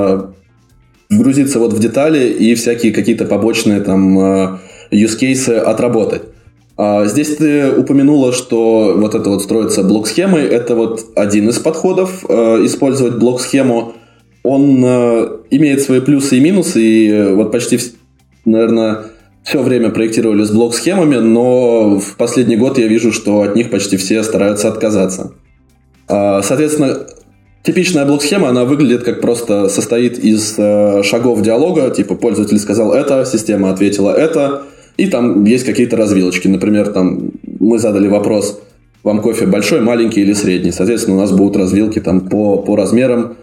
вгрузиться вот в детали и всякие какие-то побочные там use cases отработать. Здесь ты упомянула, что вот это вот строится блок-схемы. Это вот один из подходов использовать блок-схему. Он имеет свои плюсы и минусы. И вот почти, наверное, все время проектировали с блок-схемами, но в последний год я вижу, что от них почти все стараются отказаться. Соответственно, типичная блок-схема, она выглядит как просто состоит из шагов диалога. Типа пользователь сказал это, система ответила это. И там есть какие-то развилочки. Например, там мы задали вопрос, вам кофе большой, маленький или средний. Соответственно, у нас будут развилки там по размерам.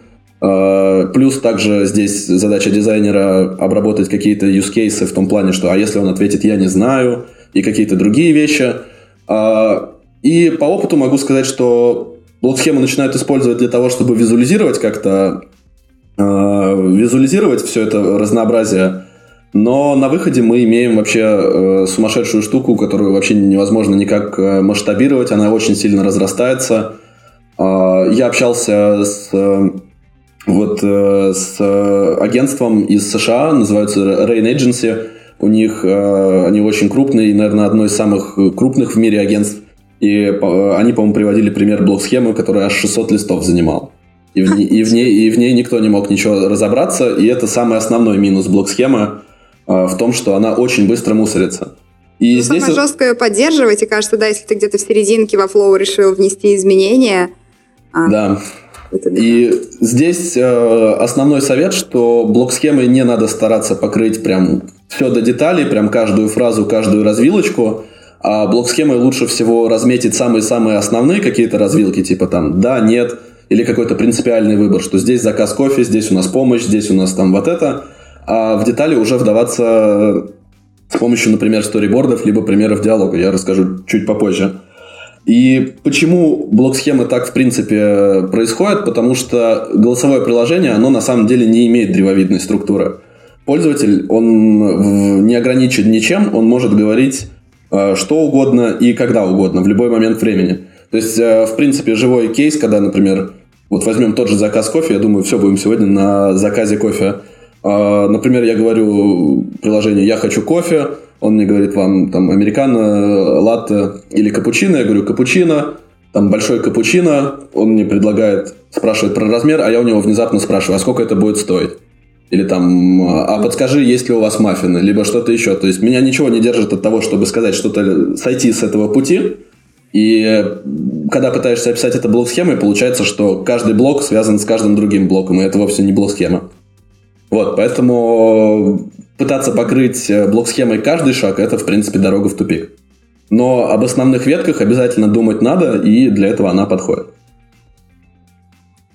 Плюс также здесь задача дизайнера обработать какие-то use cases в том плане, что а если он ответит «я не знаю» и какие-то другие вещи. И по опыту могу сказать, что блок-схему начинают использовать для того, чтобы визуализировать как-то, визуализировать все это разнообразие. Но на выходе мы имеем вообще сумасшедшую штуку, которую вообще невозможно никак масштабировать, она очень сильно разрастается. Я общался с агентством из США, называются Rain Agency. У них они очень крупные, наверное, одно из самых крупных в мире агентств. И они, по-моему, приводили пример блок-схемы, которая аж 600 листов занимала. И в ней никто не мог ничего разобраться. И это самый основной минус блок-схемы в том, что она очень быстро мусорится. И здесь самое жесткое поддерживать, и кажется, да, если ты где-то в серединке во флоу решил внести изменения. Да. И здесь основной совет, что блок-схемой не надо стараться покрыть прям все до деталей, прям каждую фразу, каждую развилочку, а блок-схемой лучше всего разметить самые-самые основные какие-то развилки, типа там да, нет, или какой-то принципиальный выбор, что здесь заказ кофе, здесь у нас помощь, здесь у нас там вот это. А в детали уже вдаваться с помощью, например, сторибордов, либо примеров диалога. Я расскажу чуть попозже. И почему блок-схемы так, в принципе, происходят? Потому что голосовое приложение, оно на самом деле не имеет древовидной структуры. Пользователь, он не ограничен ничем, он может говорить что угодно и когда угодно, в любой момент времени. То есть, в принципе, живой кейс, когда, например, вот возьмем тот же заказ кофе, я думаю, все, будем сегодня на заказе кофе. Например, я говорю приложению «я хочу кофе», он мне говорит вам там американо, латте или капучино, я говорю капучино, там большой капучино, он мне предлагает, спрашивает про размер, а я у него внезапно спрашиваю, а сколько это будет стоить? Или там, а подскажи, есть ли у вас маффины, либо что-то еще. То есть меня ничего не держит от того, чтобы сказать что-то, сойти с этого пути. И когда пытаешься описать это блок-схемой, получается, что каждый блок связан с каждым другим блоком, и это вовсе не блок-схема. Вот, поэтому пытаться покрыть блок-схемой каждый шаг – это, в принципе, дорога в тупик. Но об основных ветках обязательно думать надо, и для этого она подходит.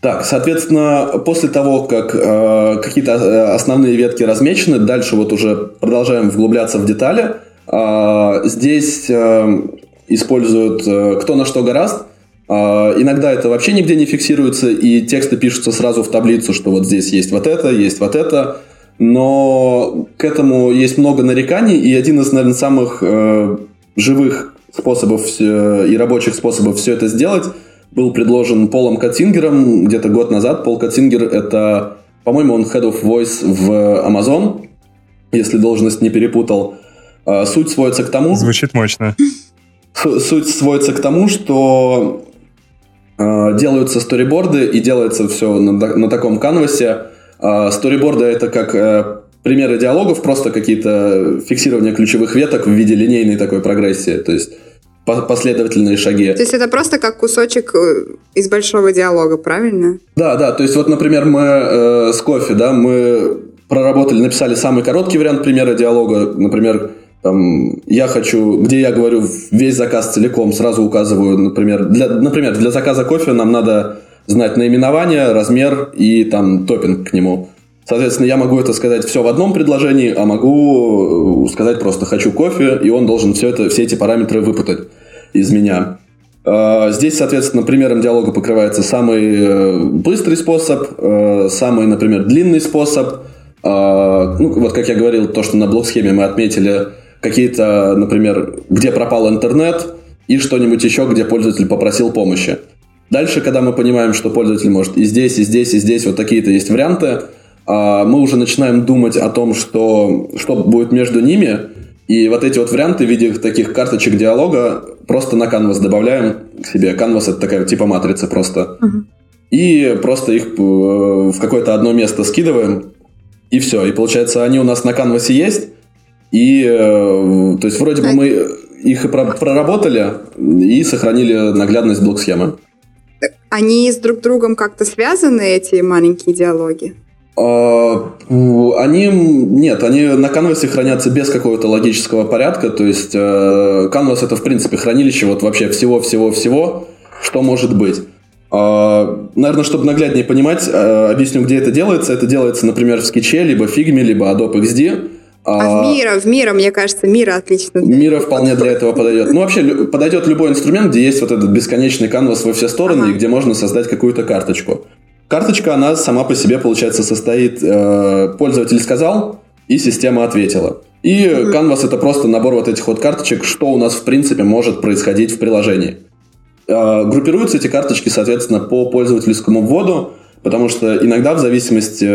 Так, соответственно, после того, как какие-то основные ветки размечены, дальше вот уже продолжаем вглубляться в детали. Здесь используют кто на что гораст. Иногда это вообще нигде не фиксируется, и тексты пишутся сразу в таблицу, что вот здесь есть вот это. Но к этому есть много нареканий, и один из, наверное, самых живых способов и рабочих способов все это сделать был предложен Полом Катцингером где-то год назад. Пол Катцингер — это, по-моему, он Head of Voice в Amazon, если должность не перепутал. Суть сводится к тому... Звучит мощно. Суть сводится к тому, что делаются сториборды, и делается все на таком канвасе. Сториборды — это как примеры диалогов, просто какие-то фиксирования ключевых веток в виде линейной такой прогрессии, то есть последовательные шаги. То есть это просто как кусочек из большого диалога, правильно? Да, то есть вот, например, мы с кофе, да, мы написали самый короткий вариант примера диалога, например, там, где я говорю весь заказ целиком, сразу указываю, например, для заказа кофе нам надо знать наименование, размер и там топпинг к нему. Соответственно, я могу это сказать все в одном предложении, а могу сказать просто «хочу кофе», и он должен все эти параметры выпутать из меня. Здесь, соответственно, примером диалога покрывается самый быстрый способ, самый, например, длинный способ. Вот как я говорил, то, что на блок-схеме мы отметили какие-то, например, где пропал интернет и что-нибудь еще, где пользователь попросил помощи. Дальше, когда мы понимаем, что пользователь может и здесь, вот такие-то есть варианты, мы уже начинаем думать о том, что будет между ними, и вот эти вот варианты в виде таких карточек диалога просто на Canvas добавляем к себе. Canvas — это такая типа матрица просто. И просто их в какое-то одно место скидываем, и все. И получается, они у нас на Canvas есть, и то есть вроде бы мы их и проработали, и сохранили наглядность блок-схемы. Они с друг другом как-то связаны, эти маленькие диалоги? Они на Canvas хранятся без какого-то логического порядка, то есть Canvas — это, в принципе, хранилище вот вообще всего-всего-всего, что может быть. Наверное, чтобы нагляднее понимать, объясню, где это делается. Это делается, например, в Sketch, либо Figma, либо Adobe XD. В Miro, мне кажется, Miro отлично. Miro вполне для этого подойдет. Ну, вообще, подойдет любой инструмент, где есть вот этот бесконечный канвас во все стороны, и где можно создать какую-то карточку. Карточка, она сама по себе, получается, состоит... пользователь сказал, и система ответила. И Canvas — это просто набор вот этих вот карточек, что у нас, в принципе, может происходить в приложении. Группируются эти карточки, соответственно, по пользовательскому вводу, потому что иногда в зависимости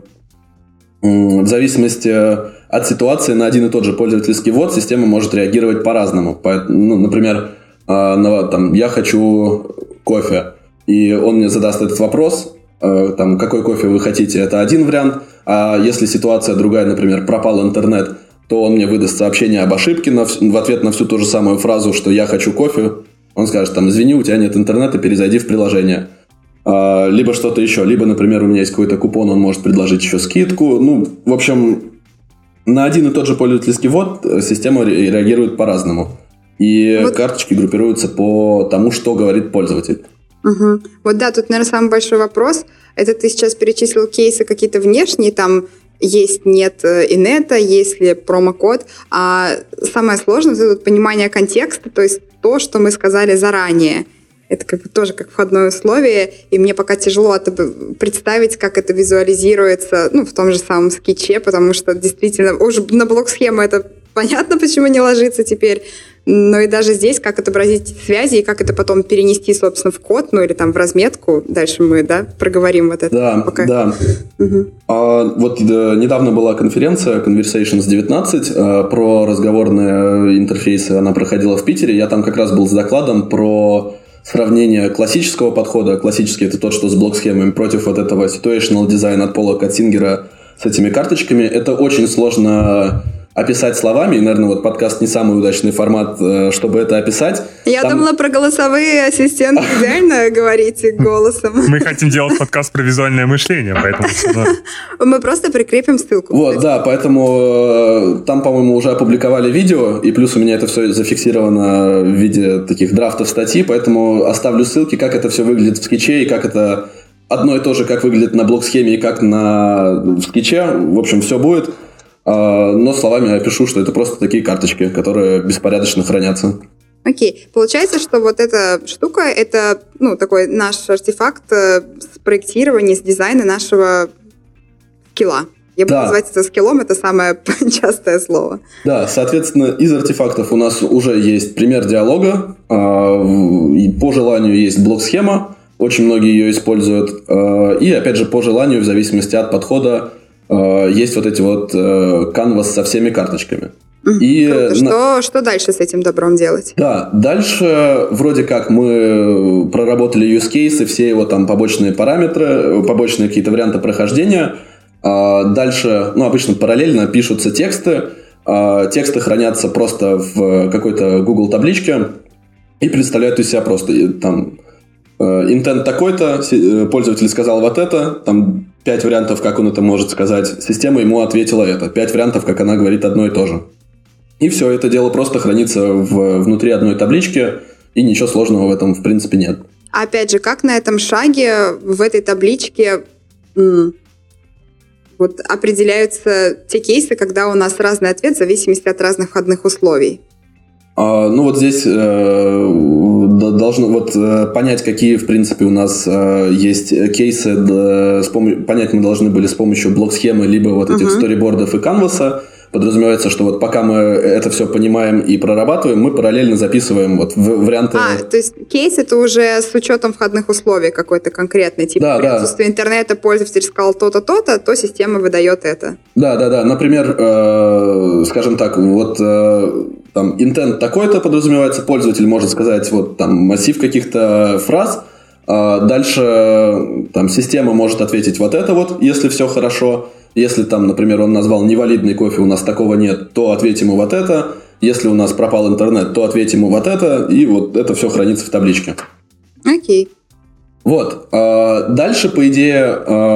от ситуации на один и тот же пользовательский ввод система может реагировать по-разному. Например, я хочу кофе, и он мне задаст этот вопрос, какой кофе вы хотите, это один вариант, а если ситуация другая, например, пропал интернет, то он мне выдаст сообщение об ошибке в ответ на всю ту же самую фразу, что я хочу кофе, он скажет, извини, у тебя нет интернета, перезайди в приложение. Либо что-то еще, либо, например, у меня есть какой-то купон, он может предложить еще скидку. В общем, на один и тот же пользовательский ввод система реагирует по-разному. И карточки группируются по тому, что говорит пользователь. Угу. Вот да, тут, наверное, самый большой вопрос. Это ты сейчас перечислил кейсы какие-то внешние, там есть, нет инета, есть ли промокод. А самое сложное — это понимание контекста, то есть то, что мы сказали заранее. Это тоже как входное условие, и мне пока тяжело представить, как это визуализируется, в том же самом скетче, потому что действительно уже на блок-схему это понятно, почему не ложится теперь, но и даже здесь, как отобразить связи и как это потом перенести, собственно, в код, или там в разметку. Дальше мы, проговорим вот это. Да, пока. Да. Угу. Недавно была конференция Conversations 19 про разговорные интерфейсы. Она проходила в Питере. Я там как раз был с докладом про сравнение классического подхода. Классический — это тот, что с блок-схемами, против вот этого situational design от Пола Катцингера с этими карточками. Это очень сложно описать словами, и, наверное, подкаст не самый удачный формат, чтобы это описать. Я думала про голосовые ассистенты дизайна говорите голосом. Мы хотим делать подкаст про визуальное мышление, поэтому... Мы просто прикрепим ссылку. Поэтому там, по-моему, уже опубликовали видео, и плюс у меня это все зафиксировано в виде таких драфтов статьи, поэтому оставлю ссылки, как это все выглядит в скетче и как это одно и то же, как выглядит на блок-схеме и как в скетче. В общем, все будет. Но словами я пишу, что это просто такие карточки, которые беспорядочно хранятся. Окей. Получается, что вот эта штука, это такой наш артефакт спроектирования, с дизайна нашего скилла. Я буду называть это скиллом, это самое частое слово. Да, соответственно, из артефактов у нас уже есть пример диалога, и по желанию есть блок-схема, очень многие ее используют, и опять же по желанию, в зависимости от подхода, есть вот эти вот canvas со всеми карточками. И что дальше с этим добром делать? Да, дальше вроде как мы проработали use case и все его там побочные параметры, побочные какие-то варианты прохождения. Дальше, обычно параллельно пишутся тексты. Тексты хранятся просто в какой-то Google табличке и представляют из себя просто там intent такой-то, пользователь сказал вот это, там 5 вариантов, как он это может сказать, система ему ответила это, 5 вариантов, как она говорит одно и то же. И все это дело просто хранится внутри одной таблички, и ничего сложного в этом, в принципе, нет. Опять же, как на этом шаге, в этой табличке определяются те кейсы, когда у нас разный ответ в зависимости от разных входных условий? Вот здесь должно понять, какие, в принципе, у нас есть кейсы. Понять мы должны были с помощью блок-схемы, либо этих сторибордов и канваса. Подразумевается, что пока мы это все понимаем и прорабатываем, мы параллельно записываем варианты. То есть кейс это уже с учетом входных условий какой-то конкретный, типа при отсутствии интернета пользователь сказал то-то, то-то, то система выдает это. Да. Например, скажем так, там intent такой-то подразумевается, пользователь может сказать там массив каких-то фраз, дальше там система может ответить вот это если все хорошо. Если там, например, он назвал невалидный кофе, у нас такого нет, то ответим ему вот это. Если у нас пропал интернет, то ответим ему вот это. И это все хранится в табличке. Окей. Дальше, по идее,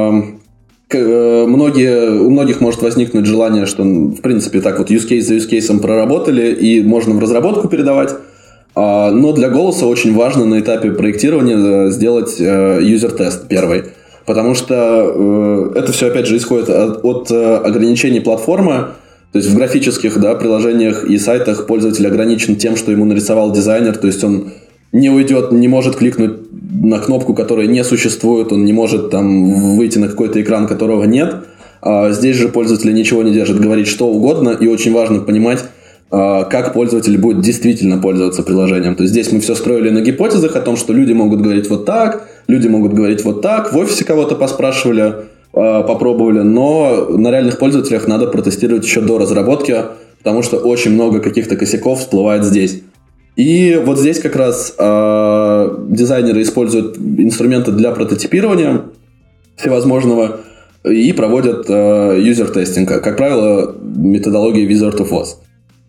у многих может возникнуть желание, что, в принципе, так use case за use case'ом проработали, и можно в разработку передавать. Но для голоса очень важно на этапе проектирования сделать юзер-тест первый. Потому что это все, опять же, исходит от ограничений платформы. То есть в графических приложениях и сайтах пользователь ограничен тем, что ему нарисовал дизайнер. То есть он не уйдет, не может кликнуть на кнопку, которая не существует. Он не может там выйти на какой-то экран, которого нет. Здесь же пользователя ничего не держит, говорить что угодно. И очень важно понимать, как пользователь будет действительно пользоваться приложением. То есть здесь мы все строили на гипотезах о том, что люди могут говорить вот так, люди могут говорить вот так. В офисе кого-то поспрашивали, попробовали, но на реальных пользователях надо протестировать еще до разработки, потому что очень много каких-то косяков всплывает здесь. И вот здесь как раз дизайнеры используют инструменты для прототипирования всевозможного и проводят юзер-тестинг. Как правило, методология Wizard of Oz.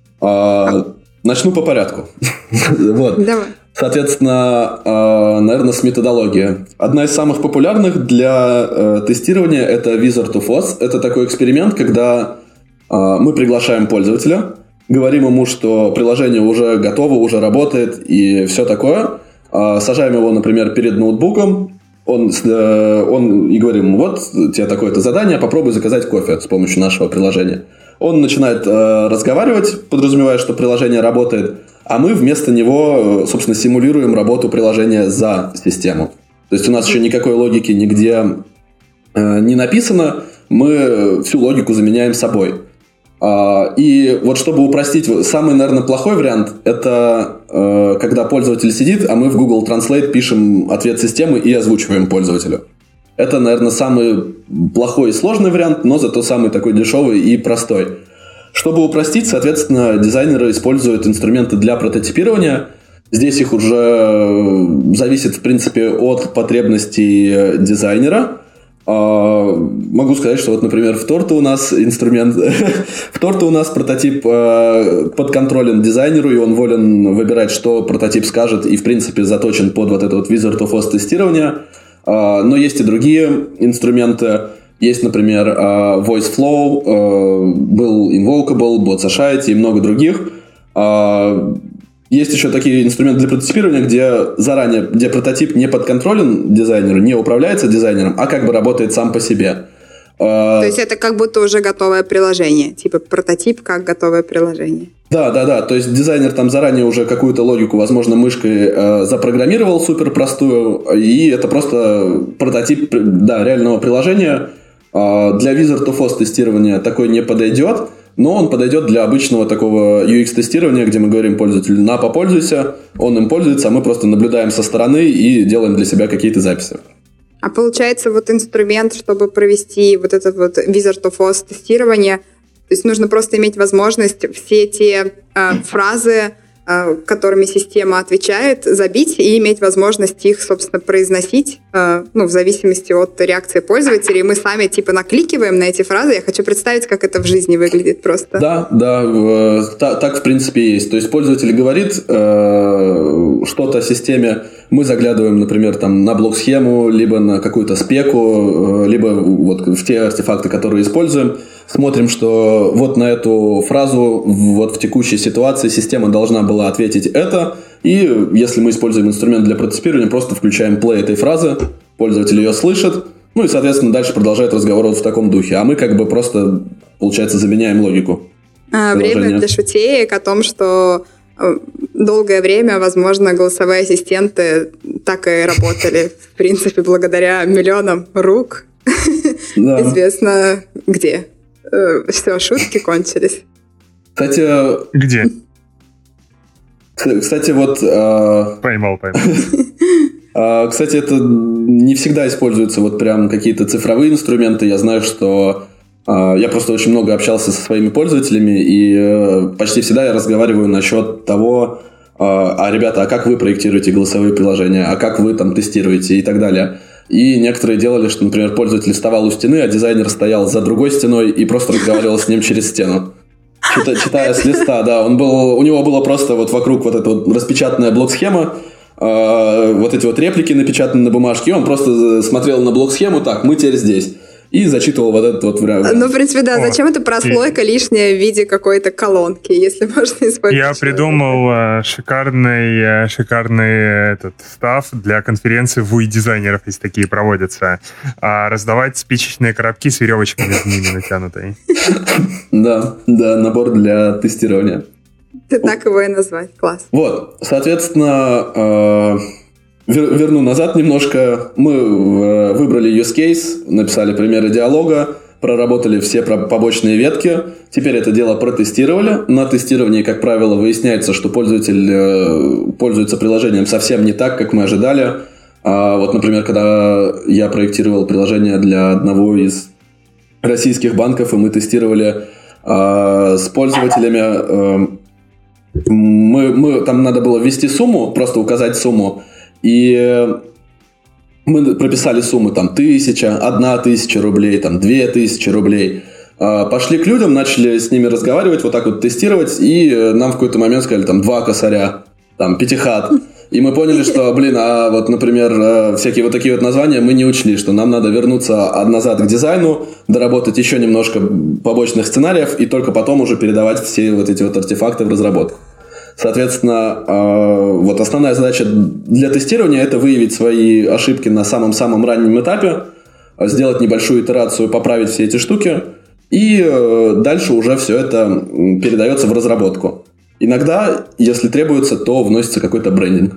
Начну по порядку. Давай. Соответственно, наверное, с методологии. Одна из самых популярных для тестирования – это Wizard of Oz. Это такой эксперимент, когда мы приглашаем пользователя, говорим ему, что приложение уже готово, уже работает и все такое. Сажаем его, например, перед ноутбуком, он и говорим, вот тебе такое-то задание, попробуй заказать кофе с помощью нашего приложения. Он начинает разговаривать, подразумевая, что приложение работает, а мы вместо него, собственно, симулируем работу приложения за систему. То есть у нас еще никакой логики нигде не написано, мы всю логику заменяем собой. И вот чтобы упростить, самый, наверное, плохой вариант – это когда пользователь сидит, а мы в Google Translate пишем ответ системы и озвучиваем пользователю. Это, наверное, самый плохой и сложный вариант, но зато самый такой дешевый и простой. Чтобы упростить, соответственно, дизайнеры используют инструменты для прототипирования. Здесь их уже зависит, в принципе, от потребностей дизайнера. Могу сказать, что вот, например, в Торто у нас инструмент, в Торто у нас прототип подконтролен дизайнеру, и он волен выбирать, что прототип скажет, и, в принципе, заточен под вот это вот Wizard of Oz тестирование. Но есть и другие инструменты. Есть, например, VoiceFlow, был Invocable, Bot Society и много других. Есть еще такие инструменты для прототипирования, где прототип не подконтролен дизайнеру, не управляется дизайнером, а как бы работает сам по себе. То есть это как будто уже готовое приложение, типа прототип как готовое приложение. Да. То есть дизайнер там заранее уже какую-то логику, возможно, мышкой запрограммировал супер простую, и это просто прототип реального приложения. Для Wizard2Foss тестирования такой не подойдет, но он подойдет для обычного такого UX-тестирования, где мы говорим пользователю: на, попользуйся, он им пользуется, а мы просто наблюдаем со стороны и делаем для себя какие-то записи. А получается, вот инструмент, чтобы провести вот это вот Wizard2Foss тестирование, то есть нужно просто иметь возможность все те фразы, которыми система отвечает, забить и иметь возможность их, собственно, произносить, в зависимости от реакции пользователей. Мы сами, накликиваем на эти фразы. Я хочу представить, как это в жизни выглядит просто. Да, так в принципе и есть. То есть пользователь говорит что-то о системе, мы заглядываем, например, там, на блок-схему, либо на какую-то спеку, либо вот в те артефакты, которые используем, смотрим, что вот на эту фразу вот в текущей ситуации система должна была ответить это, и если мы используем инструмент для прототипирования, просто включаем плей этой фразы, пользователь ее слышит, и, соответственно, дальше продолжает разговор вот в таком духе, а мы как бы просто, получается, заменяем логику. Время для шутеек о том, что долгое время, возможно, голосовые ассистенты так и работали, в принципе, благодаря миллионам рук, известно где. Все, шутки кончились. Кстати... Где? Кстати, вот... Поймал. Кстати, это не всегда используются вот прям какие-то цифровые инструменты. Я знаю, что... Я просто очень много общался со своими пользователями, и почти всегда я разговариваю насчет того, ребята, а как вы проектируете голосовые приложения, а как вы там тестируете и так далее. И некоторые делали, что, например, пользователь вставал у стены, а дизайнер стоял за другой стеной и просто разговаривал с ним через стену. Читая с листа, да, у него было просто вот вокруг вот эта вот распечатанная блок-схема, вот эти вот реплики напечатаны на бумажке, и он просто смотрел на блок-схему, так, мы теперь здесь. И зачитывал вот этот вот вариант. В принципе, да. Зачем эта прослойка лишняя в виде какой-то колонки, если можно использовать? Я придумал шикарный этот став для конференции UI-дизайнеров, если такие проводятся. Раздавать спичечные коробки с веревочкой между ними натянутой. Да, набор для тестирования. Ты так его и назвать. Класс. Вот, соответственно... Верну назад немножко. Мы выбрали use case, написали примеры диалога, проработали все побочные ветки. Теперь это дело протестировали. На тестировании, как правило, выясняется, что пользователь пользуется приложением совсем не так, как мы ожидали. Вот, например, когда я проектировал приложение для одного из российских банков, и мы тестировали с пользователями... Там надо было ввести сумму, просто указать сумму. И мы прописали суммы там 1000, 1000 рублей, там 2000 рублей. Пошли к людям, начали с ними разговаривать, вот так вот тестировать, и нам в какой-то момент сказали там 2 косаря, там 500. И мы поняли, что, вот, например, всякие вот такие вот названия мы не учли, что нам надо вернуться назад к дизайну, доработать еще немножко побочных сценариев, и только потом уже передавать все вот эти вот артефакты в разработку. Соответственно, вот основная задача для тестирования – это выявить свои ошибки на самом-самом раннем этапе, сделать небольшую итерацию, поправить все эти штуки, и дальше уже все это передается в разработку. Иногда, если требуется, то вносится какой-то брендинг.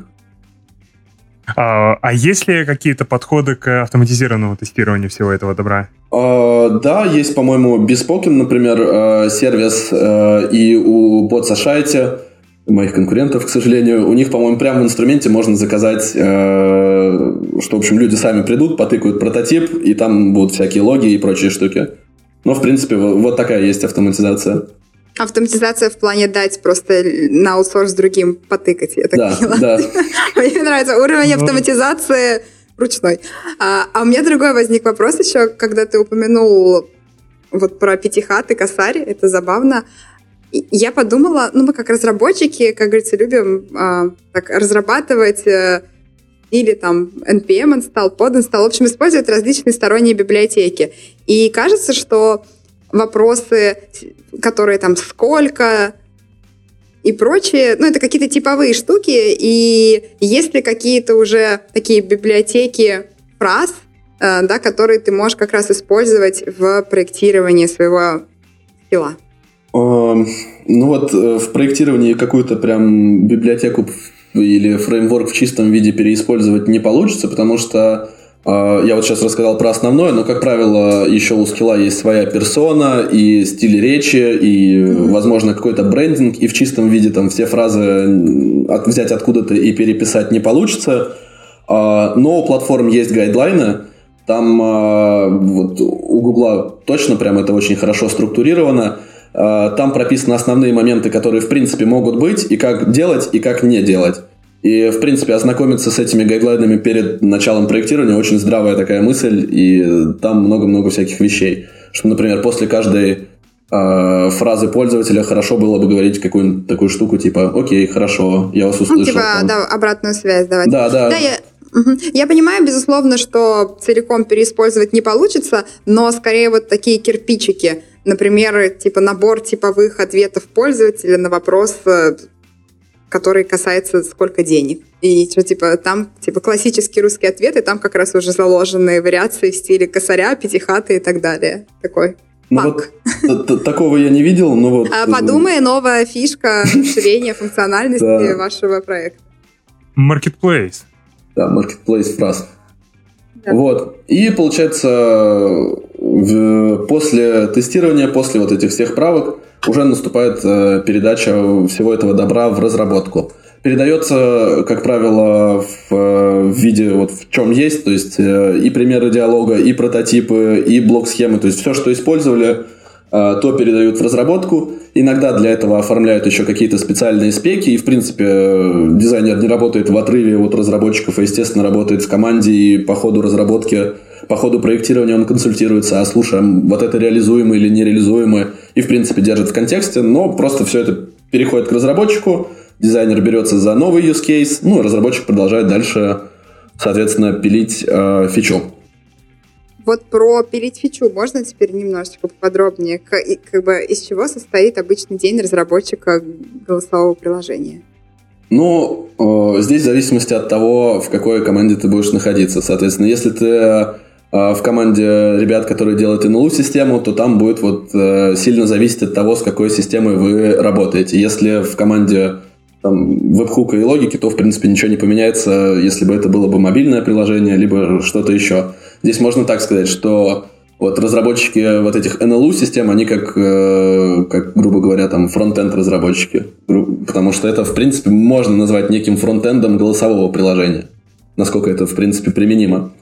А есть ли какие-то подходы к автоматизированному тестированию всего этого добра? Да, есть, по-моему, Bespoken, например, сервис, и у Bot Society, моих конкурентов, к сожалению, у них, по-моему, прямо в инструменте можно заказать, что, в общем, люди сами придут, потыкают прототип, и там будут всякие логи и прочие штуки. Но, в принципе, вот такая есть автоматизация. Автоматизация в плане дать просто на аутсорс другим потыкать, я так поняла. Да. Мне нравится уровень автоматизации ручной. А у меня другой возник вопрос еще, когда ты упомянул вот про пятихат и косарь, это забавно. Я подумала, мы как разработчики, как говорится, любим так разрабатывать или там NPM install, pod install, в общем, использовать различные сторонние библиотеки. И кажется, что вопросы, которые там сколько, и прочее. Ну, это какие-то типовые штуки, и есть ли какие-то уже такие библиотеки фраз, да, которые ты можешь как раз использовать в проектировании своего скилла? Ну вот в проектировании какую-то прям библиотеку или фреймворк в чистом виде переиспользовать не получится, потому что я вот сейчас рассказал про основное, но, как правило, еще у скилла есть своя персона и стиль речи, и, возможно, какой-то брендинг, и в чистом виде там все фразы взять откуда-то и переписать не получится. Но у платформ есть гайдлайны, там вот у Гугла точно прям это очень хорошо структурировано. Там прописаны основные моменты, которые, в принципе, могут быть, и как делать, и как не делать. И, в принципе, ознакомиться с этими гайдлайнами перед началом проектирования очень здравая такая мысль, и там много-много всяких вещей. Что, например, после каждой фразы пользователя хорошо было бы говорить какую-нибудь такую штуку, типа «Окей, хорошо, я вас услышал». Ну, типа, да, обратную связь давать. Да. Я понимаю, безусловно, что целиком переиспользовать не получится, но скорее вот такие кирпичики, например, типа набор типовых ответов пользователя на вопрос, который касается сколько денег. И что, типа, там типа классический русский ответ, и там как раз уже заложенные вариации в стиле косаря, пятихаты и так далее. Такой панк. Вот, такого я не видел, но вот... Подумай, новая фишка расширения функциональности вашего проекта. Marketplace. Да, marketplace фраз. Да. Вот. И получается, после тестирования, после вот этих всех правок, уже наступает передача всего этого добра в разработку. Передается, как правило, в виде вот в чем есть, то есть и примеры диалога, и прототипы, и блок-схемы, то есть все, что использовали, то передают в разработку. Иногда для этого оформляют еще какие-то специальные спеки, и, в принципе, дизайнер не работает в отрыве от разработчиков, а, естественно, работает в команде, и по ходу разработки, по ходу проектирования он консультируется, слушаем, вот это реализуемо или нереализуемо, и, в принципе, держит в контексте, но просто все это переходит к разработчику, дизайнер берется за новый use case, ну, разработчик продолжает дальше, соответственно, пилить фичу. Вот про пилить фичу можно теперь немножечко поподробнее? Как бы из чего состоит обычный день разработчика голосового приложения? Ну, здесь в зависимости от того, в какой команде ты будешь находиться. Соответственно, если ты в команде ребят, которые делают NLU-систему, то там будет вот сильно зависеть от того, с какой системой вы работаете. Если в команде веб-хука и логики, то, в принципе, ничего не поменяется, если бы это было бы мобильное приложение, либо что-то еще. Здесь можно так сказать, что вот разработчики вот этих NLU-систем, они как, грубо говоря, там фронт-энд разработчики. Потому что это, в принципе, можно назвать неким фронт-эндом голосового приложения. Насколько это, в принципе, применимо.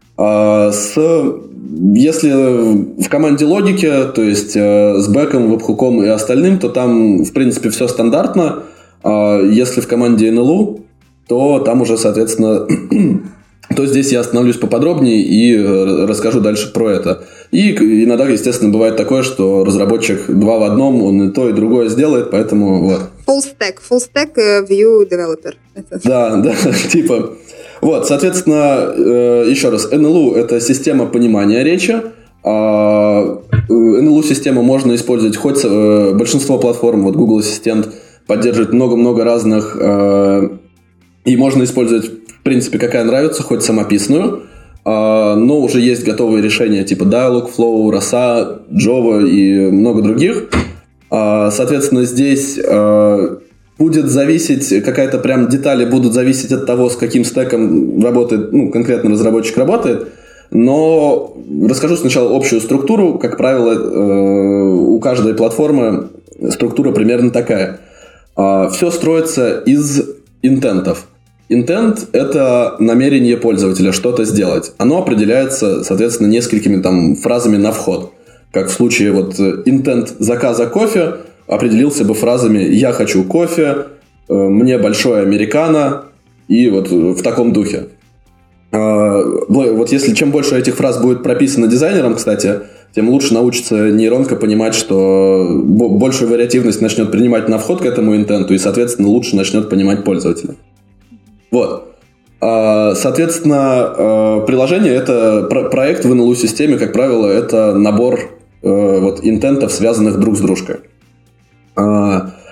Если в команде логики, то есть с бэком, веб-хуком и остальным, то там, в принципе, все стандартно. Если в команде NLU, то там уже, соответственно, то здесь я остановлюсь поподробнее и расскажу дальше про это. И иногда, естественно, бывает такое, что разработчик два в одном, он и то, и другое сделает, поэтому вот. Full stack view developer. Да, типа. Вот, соответственно, еще раз, NLU – это система понимания речи. NLU-систему можно использовать хоть большинство платформ, вот Google Ассистент поддерживает много-много разных, и можно использовать, в принципе, какая нравится, хоть самописную, но уже есть готовые решения типа Dialogflow, Rasa, Java и много других. Соответственно, здесь будет зависеть, какая-то прям детали будут зависеть от того, с каким стеком работает, ну, конкретно разработчик работает, но расскажу сначала общую структуру. Как правило, у каждой платформы структура примерно такая. Все строится из интентов. Intent – это намерение пользователя что-то сделать. Оно определяется, соответственно, несколькими там фразами на вход. Как в случае вот intent заказа кофе определился бы фразами «я хочу кофе», «мне большой американо» и вот в таком духе. Вот если чем больше этих фраз будет прописано дизайнером, кстати, тем лучше научится нейронка понимать, что большую вариативность начнет принимать на вход к этому интенту и, соответственно, лучше начнет понимать пользователя. Вот. Соответственно, приложение – это проект в NLU-системе, как правило, это набор вот интентов, связанных друг с дружкой.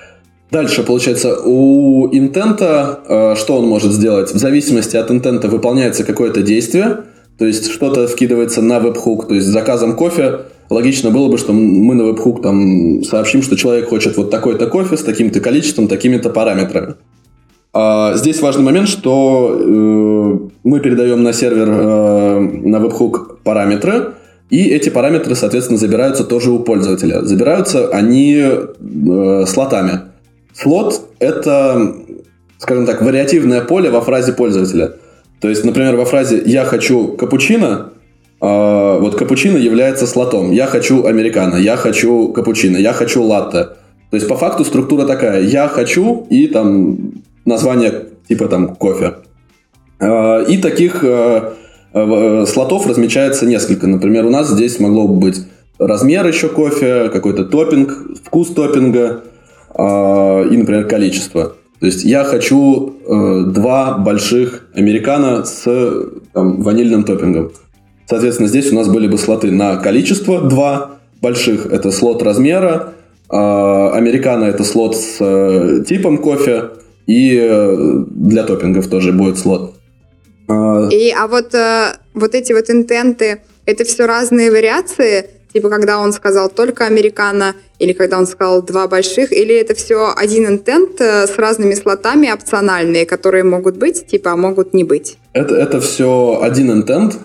Дальше, получается, у интента что он может сделать? В зависимости от интента выполняется какое-то действие, то есть что-то вкидывается на веб-хук, то есть с заказом кофе логично было бы, что мы на веб-хук там сообщим, что человек хочет вот такой-то кофе с таким-то количеством, такими-то параметрами. Здесь важный момент, что мы передаем на сервер на веб-хук параметры, и эти параметры, соответственно, забираются тоже у пользователя. Забираются они слотами. Слот – это, скажем так, вариативное поле во фразе пользователя. То есть, например, во фразе «я хочу капучино», вот капучино является слотом. «Я хочу американо», «я хочу капучино», «я хочу латте». То есть, по факту структура такая «я хочу» и там название типа там кофе. И таких слотов размечается несколько. Например, у нас здесь могло бы быть размер еще кофе, какой-то топпинг, вкус топпинга и, например, количество. То есть я хочу 2 больших американо с там, ванильным топпингом. Соответственно, здесь у нас были бы слоты на количество 2 больших. Это слот размера, американо это слот с типом кофе, и для топпингов тоже будет слот. Вот эти вот интенты, это все разные вариации? Типа, когда он сказал только американо, или когда он сказал 2 больших, или это все один интент с разными слотами опциональные, которые могут быть, типа, а могут не быть? Это все один интент,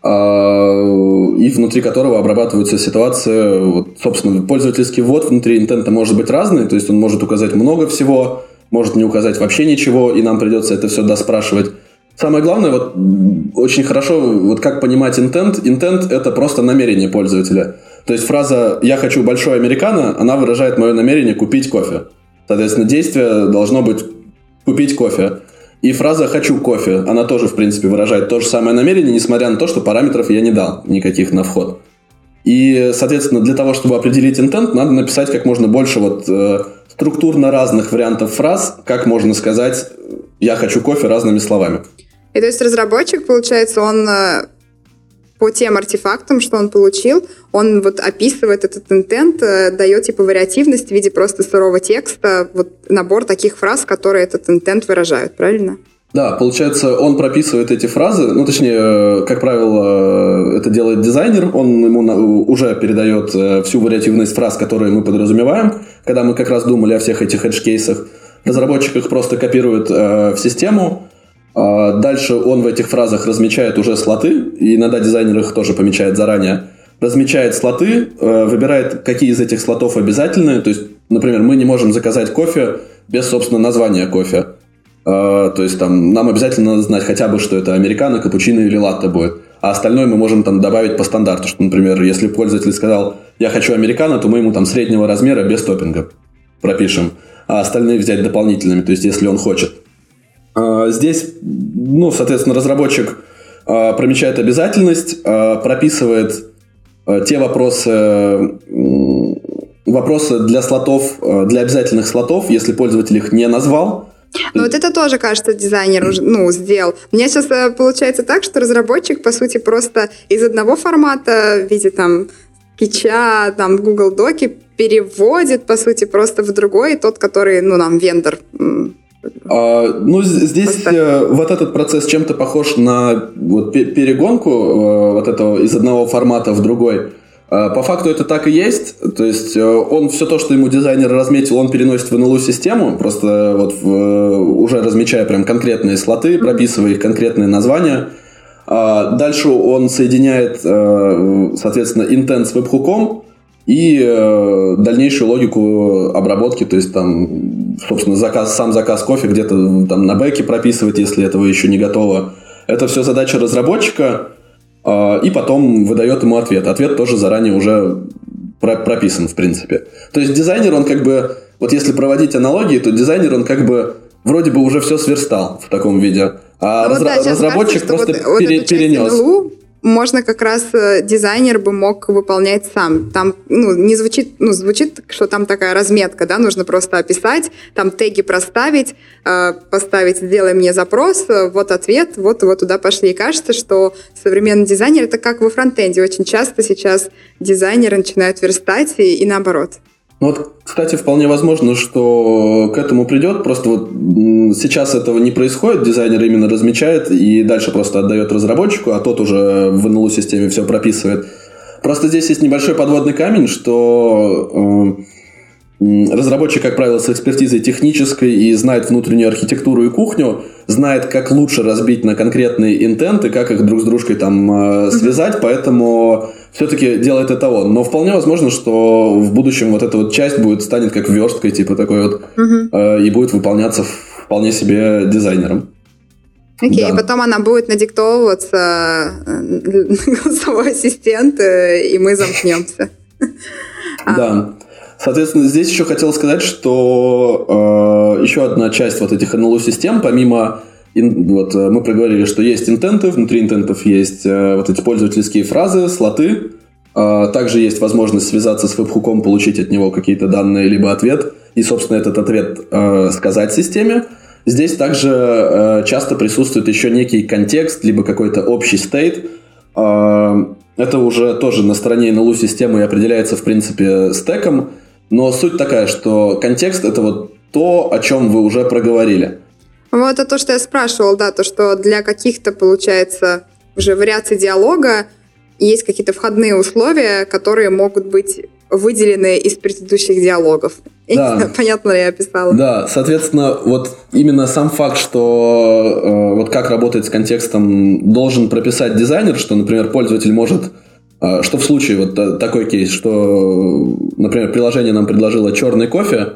и внутри которого обрабатываются ситуации. Вот, собственно, пользовательский ввод внутри интента может быть разный, то есть он может указать много всего, может не указать вообще ничего, и нам придется это все доспрашивать. Самое главное, вот очень хорошо, вот как понимать интент. Интент – это просто намерение пользователя. То есть фраза «я хочу большой американо», она выражает мое намерение купить кофе. Соответственно, действие должно быть «купить кофе». И фраза «хочу кофе», она тоже, в принципе, выражает то же самое намерение, несмотря на то, что параметров я не дал никаких на вход. И, соответственно, для того, чтобы определить интент, надо написать как можно больше вот структурно разных вариантов фраз, как можно сказать «я хочу кофе» разными словами. И то есть разработчик, получается, он по тем артефактам, что он получил, он вот описывает этот интент, дает типа вариативность в виде просто сырого текста, вот набор таких фраз, которые этот интент выражают, правильно? Да, получается, он прописывает эти фразы, ну, точнее, как правило, это делает дизайнер, он ему уже передает всю вариативность фраз, которые мы подразумеваем, когда мы как раз думали о всех этих edge-кейсах. Разработчик их просто копирует в систему, дальше он в этих фразах размечает уже слоты, и иногда дизайнер их тоже помечает заранее, размечает слоты, выбирает, какие из этих слотов обязательны, то есть, например, мы не можем заказать кофе без, собственно, названия кофе. То есть там нам обязательно надо знать хотя бы, что это американо, капучино или латте будет. А остальное мы можем там добавить по стандарту, что, например, если пользователь сказал «я хочу американо», то мы ему там среднего размера без топпинга пропишем, а остальные взять дополнительными, то есть если он хочет. Здесь, ну, соответственно, разработчик промечает обязательность, прописывает те вопросы для слотов, для обязательных слотов, если пользователь их не назвал. Но вот это тоже, кажется, дизайнер уже, сделал. У меня сейчас получается так, что разработчик, по сути, просто из одного формата в виде там скетча, там Google Доки переводит, по сути, просто в другой, тот, который, нам вендор. Здесь вот этот процесс чем-то похож на вот перегонку вот этого из одного формата в другой. По факту это так и есть, то есть он все то, что ему дизайнер разметил, он переносит в NLU-систему, просто вот уже размечая прям конкретные слоты, прописывая их конкретные названия. Дальше он соединяет, соответственно, интент с веб-хуком и дальнейшую логику обработки, то есть там, собственно, сам заказ кофе где-то там на бэке прописывать, если этого еще не готово. Это все задача разработчика. И потом выдает ему ответ. Ответ тоже заранее уже прописан, в принципе. То есть дизайнер, он как бы, вот если проводить аналогии, то дизайнер, он как бы вроде бы уже все сверстал в таком виде, а разработчик кажется, просто перенес. Можно как раз дизайнер бы мог выполнять сам. Там, звучит, что там такая разметка, да, нужно просто описать, там теги проставить, поставить «сделай мне запрос», вот ответ, вот туда пошли. И кажется, что современный дизайнер, это как во фронтенде. Очень часто сейчас дизайнеры начинают верстать и наоборот. Ну вот, кстати, вполне возможно, что к этому придет, просто вот сейчас этого не происходит, дизайнер именно размечает и дальше просто отдает разработчику, а тот уже в NLU-системе все прописывает. Просто здесь есть небольшой подводный камень, что разработчик, как правило, с экспертизой технической и знает внутреннюю архитектуру и кухню, знает, как лучше разбить на конкретные интенты, как их друг с дружкой там связать, поэтому все-таки делает это он. Но вполне возможно, что в будущем вот эта вот часть станет как версткой, типа такой вот, и будет выполняться вполне себе дизайнером. Окей, да. Потом она будет надиктовываться голосовой ассистент, и мы замкнемся. Да. Соответственно, здесь еще хотел сказать, что еще одна часть вот этих NLU-систем, помимо, вот мы проговорили, что есть интенты, внутри интентов есть вот эти пользовательские фразы, слоты, также есть возможность связаться с веб-хуком, получить от него какие-то данные, либо ответ, и, собственно, этот ответ сказать системе. Здесь также часто присутствует еще некий контекст, либо какой-то общий стейт. Это уже тоже на стороне NLU-системы и определяется, в принципе, стеком. Но суть такая, что контекст – это вот то, о чем вы уже проговорили. Вот это то, что я спрашивал, да, то, что для каких-то, получается, уже вариаций диалога есть какие-то входные условия, которые могут быть выделены из предыдущих диалогов. Да. Понятно ли я описала? Да, соответственно, вот именно сам факт, что вот как работает с контекстом, должен прописать дизайнер, что, например, пользователь может... Что в случае вот такой кейс, что, например, приложение нам предложило черный кофе,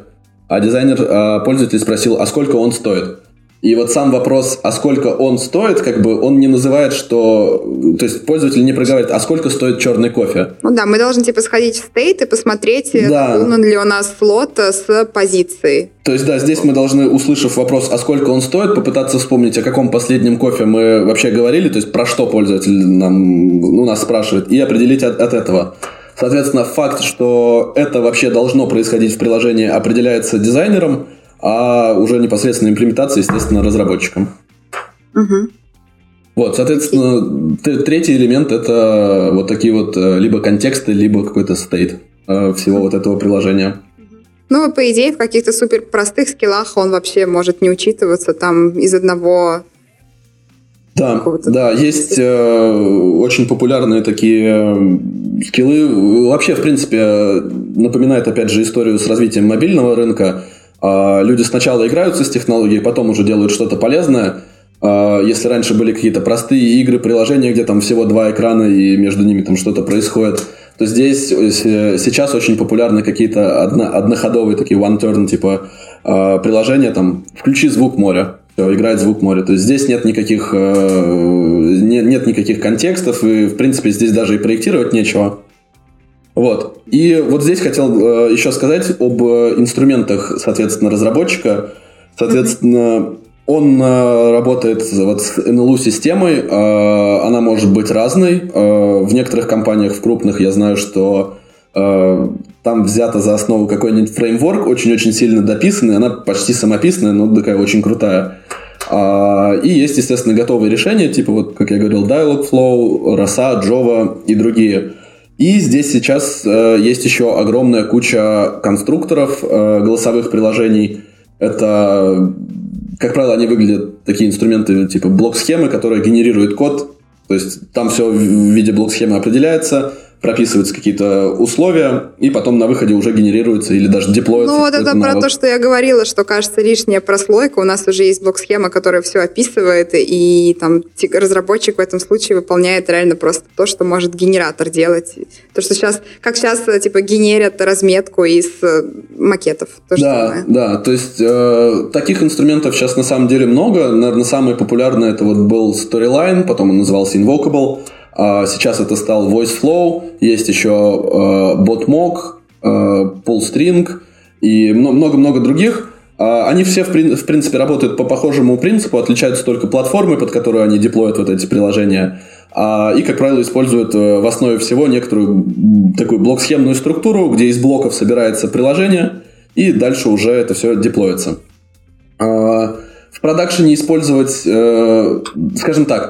а пользователь спросил, а сколько он стоит? И вот сам вопрос, а сколько он стоит, как бы он не называет, что... То есть пользователь не проговаривает, а сколько стоит черный кофе? Ну да, мы должны типа сходить в стейт и посмотреть, заполнен ли у нас флот с позицией. То есть да, здесь мы должны, услышав вопрос, а сколько он стоит, попытаться вспомнить, о каком последнем кофе мы вообще говорили, то есть про что пользователь нас спрашивает, и определить от этого. Соответственно, факт, что это вообще должно происходить в приложении, определяется дизайнером, а уже непосредственно имплементация, естественно, разработчиком. Угу. Вот, соответственно, третий элемент – это вот такие вот либо контексты, либо какой-то стейт всего вот этого приложения. Ну, по идее, в каких-то супер простых скиллах он вообще может не учитываться там из одного... Да, есть очень популярные такие скиллы. Вообще, в принципе, напоминает, опять же, историю с развитием мобильного рынка. Люди сначала играются с технологией, потом уже делают что-то полезное. Если раньше были какие-то простые игры, приложения, где там всего 2 экрана и между ними там что-то происходит, то здесь сейчас очень популярны какие-то одноходовые такие one-turn типа приложения, там «включи звук моря». Все, играет звук моря. То есть здесь нет никаких контекстов, и, в принципе, здесь даже и проектировать нечего. Вот. И вот здесь хотел еще сказать об инструментах, соответственно, разработчика. Соответственно, он работает вот с NLU-системой, она может быть разной. В некоторых компаниях, в крупных, я знаю, что там взято за основу какой-нибудь фреймворк, очень-очень сильно дописанный, она почти самописная, но такая очень крутая. И есть, естественно, готовые решения, типа, вот, как я говорил, Dialogflow, Rosa, Java и другие. И здесь сейчас есть еще огромная куча конструкторов голосовых приложений. Это, как правило, они выглядят, такие инструменты, типа блок-схемы, которые генерируют код. То есть там все в виде блок-схемы определяется, прописываются какие-то условия, и потом на выходе уже генерируется или даже деплоится. Ну, вот это про то, что я говорила, что, кажется, лишняя прослойка. У нас уже есть блок-схема, которая все описывает, и там разработчик в этом случае выполняет реально просто то, что может генератор делать. То, что сейчас, как сейчас, типа, генерят разметку из макетов. Да, то есть таких инструментов сейчас на самом деле много. Наверное, самый популярный это вот был Storyline, потом он назывался Invocable. Сейчас это стал VoiceFlow, есть еще BotMock, PullString и много-много других. Они все, в принципе, работают по похожему принципу, отличаются только платформой, под которую они деплоят вот эти приложения. И, как правило, используют в основе всего некоторую такую блок-схемную структуру, где из блоков собирается приложение, и дальше уже это все деплоится. В продакшене использовать, скажем так,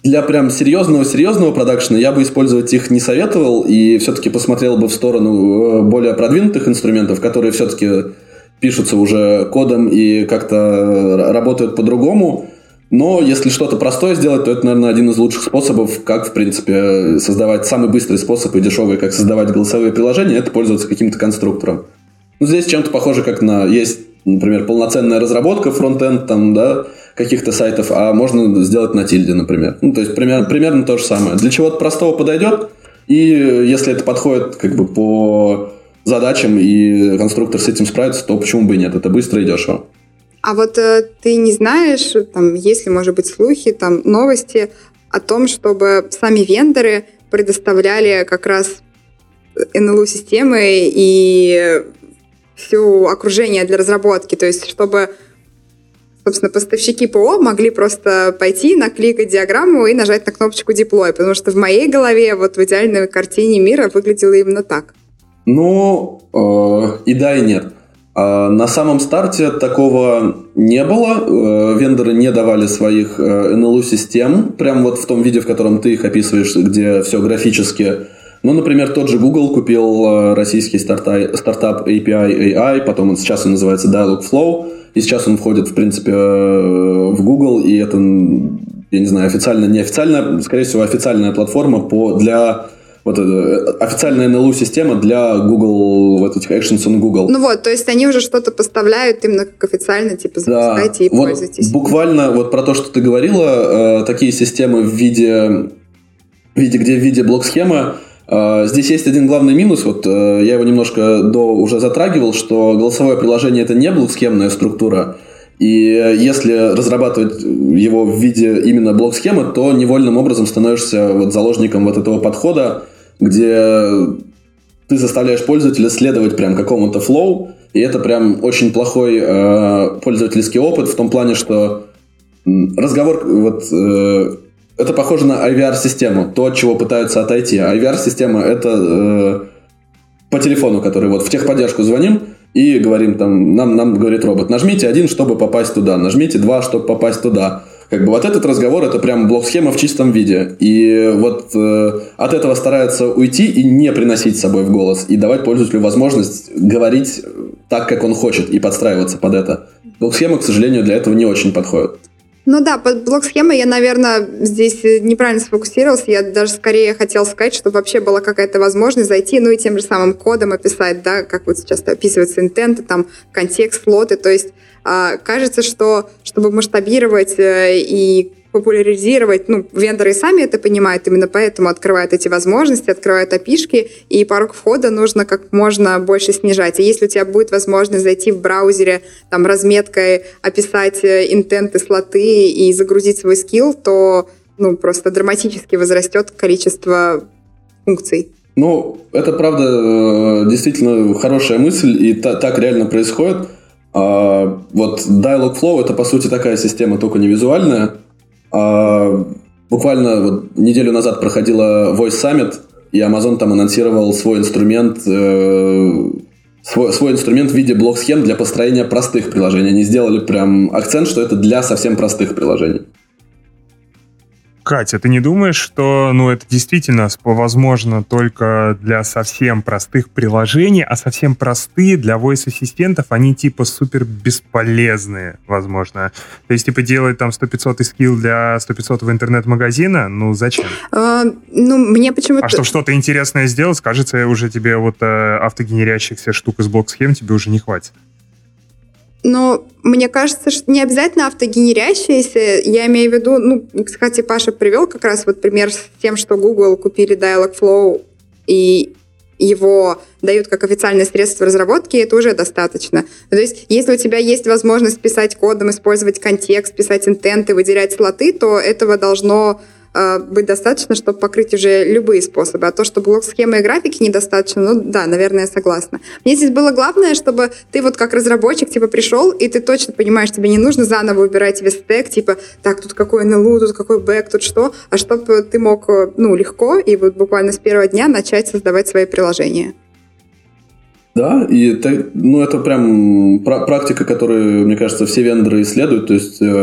для прям серьезного продакшена я бы использовать их не советовал, и все-таки посмотрел бы в сторону более продвинутых инструментов, которые все-таки пишутся уже кодом и как-то работают по-другому. Но если что-то простое сделать, то это, наверное, один из лучших способов, как, в принципе, создавать самый быстрый способ и дешевый, как создавать голосовые приложения, это пользоваться каким-то конструктором. Ну, здесь чем-то похоже, как есть, например, полноценная разработка, фронт-энд, там, да, каких-то сайтов, а можно сделать на тильде, например. Ну, то есть примерно то же самое. Для чего-то простого подойдет, и если это подходит как бы по задачам, и конструктор с этим справится, то почему бы и нет? Это быстро и дешево. А вот ты не знаешь, там, есть ли, может быть, слухи, там, новости о том, чтобы сами вендоры предоставляли как раз НЛУ-системы и все окружение для разработки, то есть чтобы, собственно, поставщики ПО могли просто пойти, накликать диаграмму и нажать на кнопочку «Деплой», потому что в моей голове вот в идеальной картине мира выглядело именно так. Ну, и да, и нет. На самом старте такого не было. Вендоры не давали своих NLU-систем, прям вот в том виде, в котором ты их описываешь, где все графически. Ну, например, тот же Google купил российский стартап API AI, потом сейчас он называется Dialogflow, и сейчас он входит, в принципе, в Google, и это, я не знаю, официально, неофициально, скорее всего, официальная платформа для... Вот официальная NLU-система для Google, вот этих Actions on Google. Ну вот, то есть они уже что-то поставляют именно как официально, типа запускайте и вот пользуйтесь. Буквально вот про то, что ты говорила, такие системы в виде блок-схемы. Здесь есть один главный минус, вот я его немножко уже затрагивал, что голосовое приложение — это не блок-схемная структура. И если разрабатывать его в виде именно блок-схемы, то невольным образом становишься вот заложником вот этого подхода, где ты заставляешь пользователя следовать прям какому-то флоу, и это прям очень плохой пользовательский опыт в том плане, что разговор это похоже на IVR-систему, то, от чего пытаются отойти. А IVR-система — это по телефону, который вот в техподдержку звоним, и говорим там, нам говорит робот, нажмите 1, чтобы попасть туда, нажмите 2, чтобы попасть туда. Как бы вот этот разговор — это прям блок-схема в чистом виде. И вот от этого стараются уйти и не приносить с собой в голос, и давать пользователю возможность говорить так, как он хочет, и подстраиваться под это. Блок-схема, к сожалению, для этого не очень подходит. Ну да, под блок-схемой я, наверное, здесь неправильно сфокусировался. Я даже скорее хотела сказать, что вообще была какая-то возможность зайти, ну и тем же самым кодом описать, да, как вот сейчас описываются интенты, там, контекст, флоты. То есть кажется, что чтобы масштабировать и популяризировать, ну, вендоры сами это понимают, именно поэтому открывают эти возможности, открывают API-шки, и порог входа нужно как можно больше снижать. И если у тебя будет возможность зайти в браузере, там, разметкой описать интенты, слоты и загрузить свой скилл, то, ну, просто драматически возрастет количество функций. Ну, это, правда, действительно хорошая мысль, и так реально происходит. Вот Dialogflow — это, по сути, такая система, только не визуальная. Буквально вот неделю назад проходила Voice Summit, и Amazon там анонсировал свой инструмент в виде блок-схем для построения простых приложений. Они сделали прям акцент, что это для совсем простых приложений. Катя, ты не думаешь, что это действительно возможно только для совсем простых приложений, а совсем простые для voice-ассистентов, они типа супер бесполезные, возможно? То есть типа делать там 100-500 скилл для 100-500 интернет-магазина? Ну, зачем? Мне почему-то... А чтобы что-то интересное сделать, кажется, уже тебе вот автогенерящихся штук из блок-схем тебе уже не хватит. Но мне кажется, что не обязательно автогенерящиеся. Я имею в виду, кстати, Паша привел как раз вот пример с тем, что Google купили Dialogflow и его дают как официальное средство разработки, это уже достаточно. То есть, если у тебя есть возможность писать кодом, использовать контекст, писать интенты, выделять слоты, то этого должно быть достаточно, чтобы покрыть уже любые способы. А то, что блок-схемы и графики недостаточно, да, наверное, я согласна. Мне здесь было главное, чтобы ты вот как разработчик, пришел, и ты точно понимаешь, тебе не нужно заново выбирать весь стек, так, тут какой NLU, тут какой бэк, тут что, а чтобы ты мог, легко и вот буквально с первого дня начать создавать свои приложения. Да, и это прям практика, которую, мне кажется, все вендоры исследуют, то есть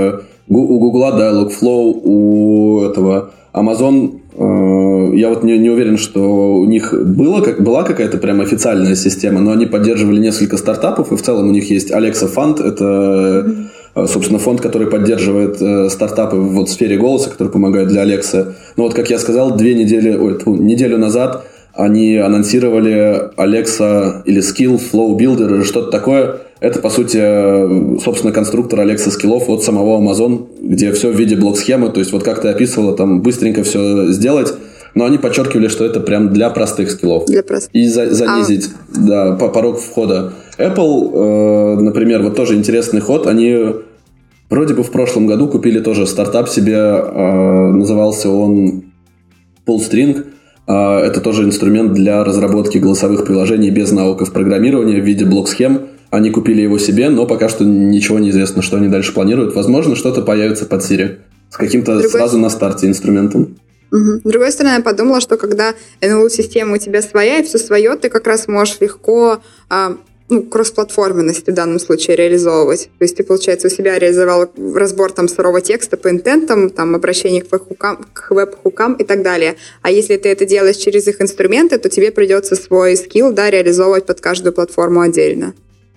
у Гугла Dialogflow, у этого Amazon, я вот не уверен, что у них была какая-то прям официальная система, но они поддерживали несколько стартапов, и в целом у них есть Alexa Fund, это, собственно, фонд, который поддерживает стартапы в сфере голоса, которые помогают для Alexa. Но вот, как я сказал, неделю назад они анонсировали Alexa или Skill Flow Builder или что-то такое. Это, по сути, собственно, конструктор Alexa скиллов от самого Amazon, где все в виде блок-схемы, то есть вот как ты описывала, там быстренько все сделать, но они подчеркивали, что это прям для простых скиллов. И занизить порог входа. Apple, например, вот тоже интересный ход, они вроде бы в прошлом году купили тоже стартап себе, назывался он Pullstring. Это тоже инструмент для разработки голосовых приложений без навыков программирования в виде блок-схем. Они купили его себе, но пока что ничего не известно, что они дальше планируют. Возможно, что-то появится под Siri с каким-то сразу на старте инструментом. С другой стороны, я подумала, что когда NLU-система у тебя своя и все свое, ты как раз можешь легко кросс-платформенность в данном случае реализовывать. То есть ты, получается, у себя реализовал разбор там сырого текста по интентам, там обращение к веб-хукам и так далее. А если ты это делаешь через их инструменты, то тебе придется свой скилл реализовывать под каждую платформу отдельно.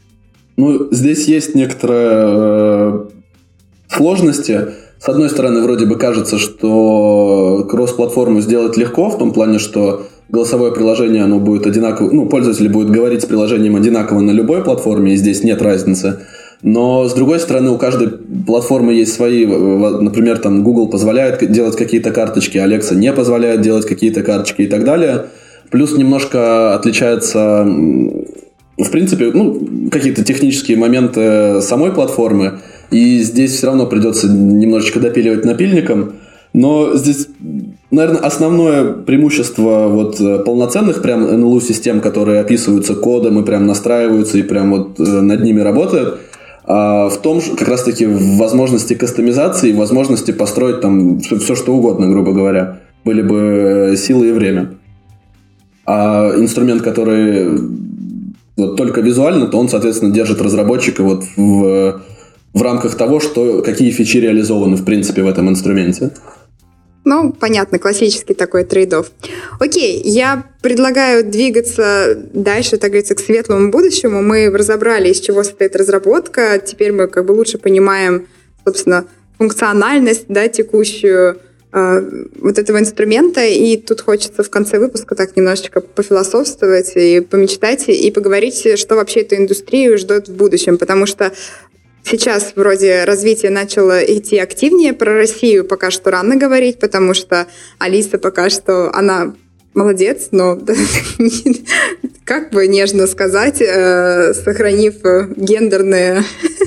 Здесь есть некоторые сложности. С одной стороны, вроде бы кажется, что кросс-платформу сделать легко, в том плане, что голосовое приложение, оно будет одинаково, пользователь будет говорить с приложением одинаково на любой платформе, и здесь нет разницы. Но, с другой стороны, у каждой платформы есть свои, например, там Google позволяет делать какие-то карточки, Alexa не позволяет делать какие-то карточки и так далее. Плюс немножко отличается, в принципе, какие-то технические моменты самой платформы, и здесь все равно придется немножечко допиливать напильником. Но здесь, наверное, основное преимущество полноценных прям NLU-систем, которые описываются кодом и прям настраиваются и прям над ними работают, в том же как раз-таки в возможности кастомизации, в возможности построить там все что угодно, грубо говоря. Были бы силы и время. А инструмент, который только визуально, то он, соответственно, держит разработчика в рамках того, какие фичи реализованы, в принципе, в этом инструменте. Понятно, классический такой трейд-офф. Окей, я предлагаю двигаться дальше, так говорится, к светлому будущему. Мы разобрали, из чего состоит разработка. Теперь мы лучше понимаем, собственно, функциональность, текущую этого инструмента. И тут хочется в конце выпуска так немножечко пофилософствовать и помечтать, и поговорить, что вообще эту индустрию ждет в будущем. Потому что сейчас вроде развитие начало идти активнее. Про Россию пока что рано говорить, потому что Алиса пока что, она молодец, но как бы нежно сказать, сохранив гендерную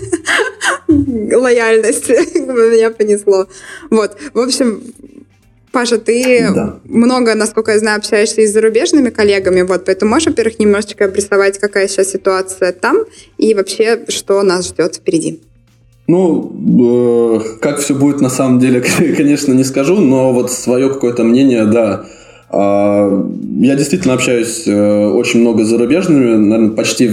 лояльность, меня понесло. В общем, Паша, ты много, насколько я знаю, общаешься и с зарубежными коллегами, поэтому можешь, во-первых, немножечко обрисовать, какая сейчас ситуация там и вообще, что нас ждет впереди? Как все будет на самом деле, конечно, не скажу, но свое какое-то мнение, да. Я действительно общаюсь очень много с зарубежными, наверное, почти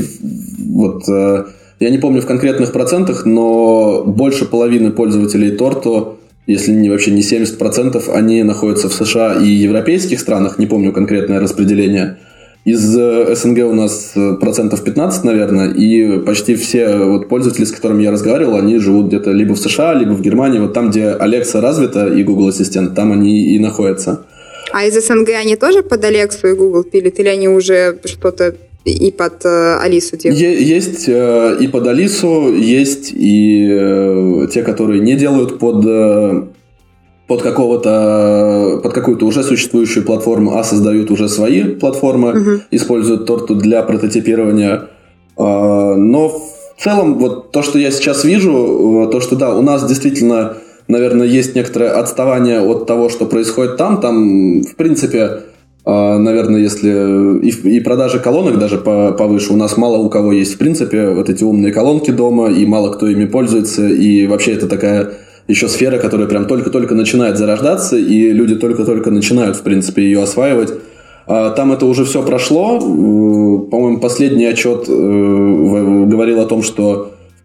я не помню в конкретных процентах, но больше половины пользователей Torto, если вообще не 70%, они находятся в США и европейских странах, не помню конкретное распределение. Из СНГ у нас 15%, наверное, и почти все пользователи, с которыми я разговаривал, они живут где-то либо в США, либо в Германии, там, где Alexa развита и Google Ассистент, там они и находятся. А из СНГ они тоже под Alexa и Google пилят, или они уже что-то и под Алису делают? Есть и под Алису, есть и те, которые не делают под какую-то уже существующую платформу, а создают уже свои платформы, используют Torto для прототипирования. Но в целом, то, что я сейчас вижу, то, что да, у нас действительно, наверное, есть некоторое отставание от того, что происходит там, в принципе, наверное, если и продажи колонок даже повыше, у нас мало у кого есть, в принципе, эти умные колонки дома, и мало кто ими пользуется, и вообще это такая еще сфера, которая прям только-только начинает зарождаться, и люди только-только начинают, в принципе, ее осваивать. Там это уже все прошло. По-моему, последний отчет говорил о том, что в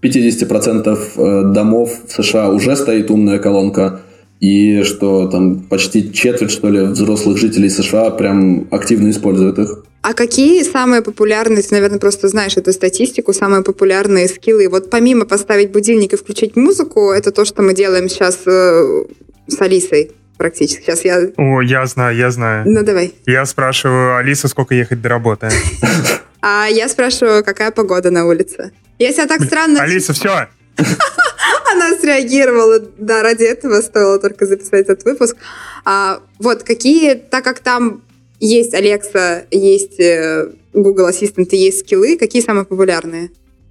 50% домов в США уже стоит умная колонка, и что там почти четверть, что ли, взрослых жителей США прям активно используют их. А какие самые популярные, ты, наверное, просто знаешь эту статистику, самые популярные скиллы? Вот помимо поставить будильник и включить музыку, это то, что мы делаем сейчас с Алисой практически. Сейчас я... О, я знаю. Ну, давай. Я спрашиваю Алису, сколько ехать до работы. А я спрашиваю, какая погода на улице. Я себя так странно... Алиса, все! Она среагировала. Да, ради этого стоило только записать этот выпуск. Вот какие, так как там есть Alexa, есть Google Assistant и есть скиллы, какие самые популярные?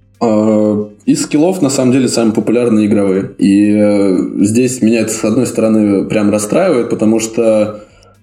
Из скиллов, на самом деле, самые популярные игровые. И здесь меня это, с одной стороны, прям расстраивает, потому что,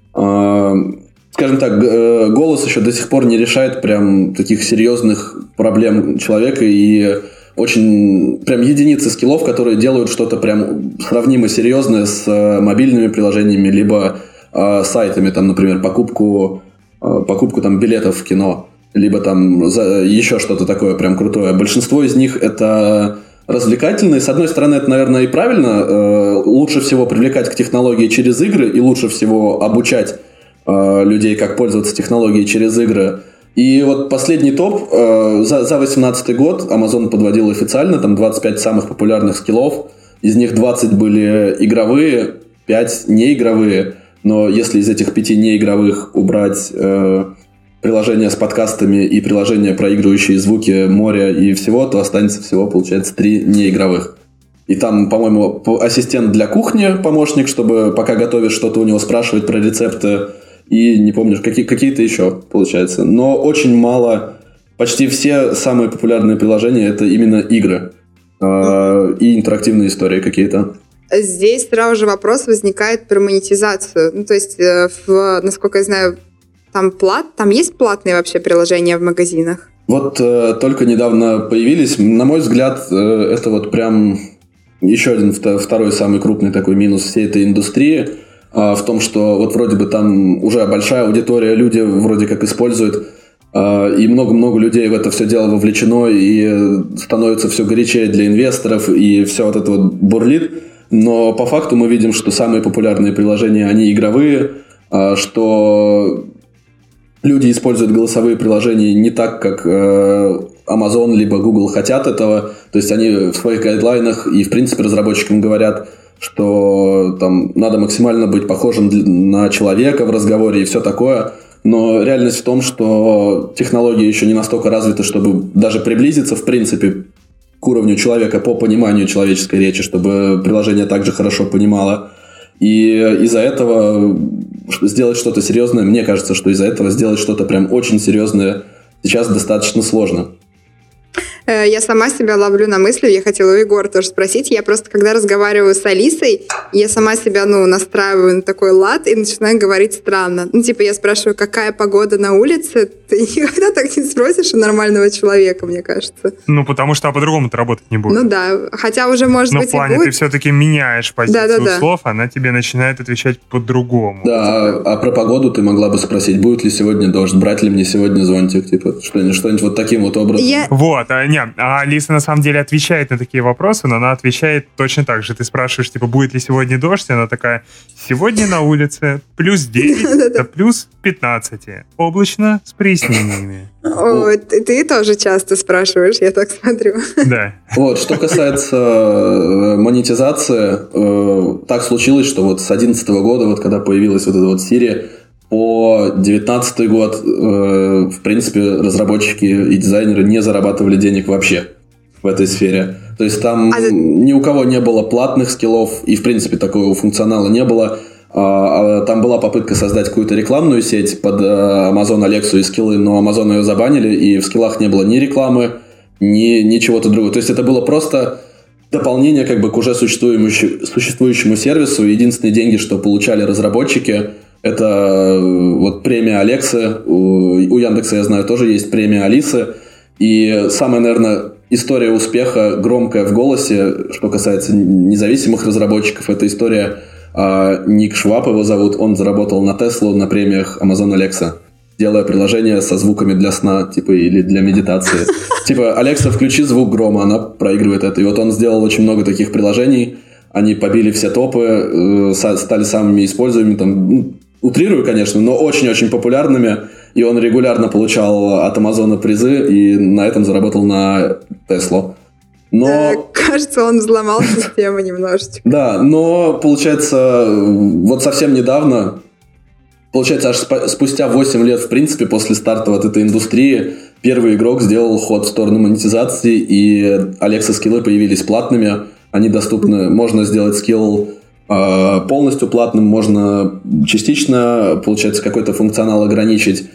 скажем так, голос еще до сих пор не решает прям таких серьезных проблем человека, и очень прям единицы скиллов, которые делают что-то прям сравнимо серьезное с мобильными приложениями, либо сайтами, там, например, покупку там билетов в кино, либо там еще что-то такое прям крутое. Большинство из них это развлекательные. С одной стороны, это, наверное, и правильно. Лучше всего привлекать к технологии через игры, и лучше всего обучать людей, как пользоваться технологией через игры. И вот последний топ за 2018 год Amazon подводил официально, там 25 самых популярных скиллов, из них 20 были игровые, 5 неигровые, но если из этих 5 неигровых убрать приложения с подкастами и приложения, проигрывающие звуки моря и всего, то останется всего, получается, 3 неигровых. И там, по-моему, ассистент для кухни, помощник, чтобы пока готовишь что-то у него спрашивать про рецепты, и не помнишь, какие-то еще, получается. Но очень мало, почти все самые популярные приложения — это именно игры и интерактивные истории какие-то. Здесь сразу же вопрос возникает про монетизацию. Ну, то есть, насколько я знаю, там есть платные вообще приложения в магазинах? Вот только недавно появились. На мой взгляд, это вот прям еще один, второй самый крупный такой минус всей этой индустрии, в том, что вот вроде бы там уже большая аудитория, люди вроде как используют, и много-много людей в это все дело вовлечено, и становится все горячее для инвесторов, и все вот это вот бурлит. Но по факту мы видим, что самые популярные приложения, они игровые, что люди используют голосовые приложения не так, как Amazon либо Google хотят этого. То есть они в своих гайдлайнах и, в принципе, разработчикам говорят, что там надо максимально быть похожим на человека в разговоре и все такое. Но реальность в том, что технология еще не настолько развита, чтобы даже приблизиться, в принципе, к уровню человека по пониманию человеческой речи, чтобы приложение также хорошо понимало. И из-за этого сделать что-то серьезное, мне кажется, что из-за этого сделать что-то прям очень серьезное сейчас достаточно сложно. Я сама себя ловлю на мысли, я хотела у Егора тоже спросить, я просто, когда разговариваю с Алисой, я сама себя, настраиваю на такой лад и начинаю говорить странно. Я спрашиваю, какая погода на улице, ты никогда так не спросишь у нормального человека, мне кажется. Потому что по-другому ты работать не будешь. Ну да, хотя уже, может быть, и будет. Но в плане ты все-таки меняешь позицию слов, она тебе начинает отвечать по-другому. Да, а про погоду ты могла бы спросить, будет ли сегодня дождь, брать ли мне сегодня зонтик, что-нибудь вот таким вот образом. Алиса на самом деле отвечает на такие вопросы, но она отвечает точно так же. Ты спрашиваешь, будет ли сегодня дождь, она такая, сегодня на улице плюс 9 до плюс 15. Облачно с прояснениями. Ты тоже часто спрашиваешь, я так смотрю. Да. Вот, что касается монетизации, так случилось, что вот с 2011 года, вот когда появилась вот эта вот Siri, по 2019 год, в принципе, разработчики и дизайнеры не зарабатывали денег вообще в этой сфере. То есть там ни у кого не было платных скиллов, и, в принципе, такого функционала не было. Там была попытка создать какую-то рекламную сеть под Amazon Alexa и скиллы, но Amazon ее забанили, и в скиллах не было ни рекламы, ни чего-то другого. То есть это было просто дополнение к уже существующему сервису. Единственные деньги, что получали разработчики, это вот премия Алексы, у Яндекса, я знаю, тоже есть премия Алисы. И самая, наверное, история успеха громкая в голосе, что касается независимых разработчиков, это история Ник Шваб его зовут, он заработал на Теслу на премиях Amazon Alexa. делая приложение со звуками для сна, типа, или для медитации. Типа, Алекса, включи звук грома, она проигрывает это. И вот он сделал очень много таких приложений, они побили все топы, стали самыми используемыми, там, утрирую, конечно, но очень-очень популярными, и он регулярно получал от Амазона призы, и на этом заработал на Теслу. Но... Кажется, он взломал систему немножечко. Да, но, получается, вот совсем недавно, получается, аж спустя 8 лет, в принципе, после старта вот этой индустрии, первый игрок сделал ход в сторону монетизации, и Alexa скиллы появились платными, они доступны, можно сделать скилл полностью платным, можно частично, получается, какой-то функционал ограничить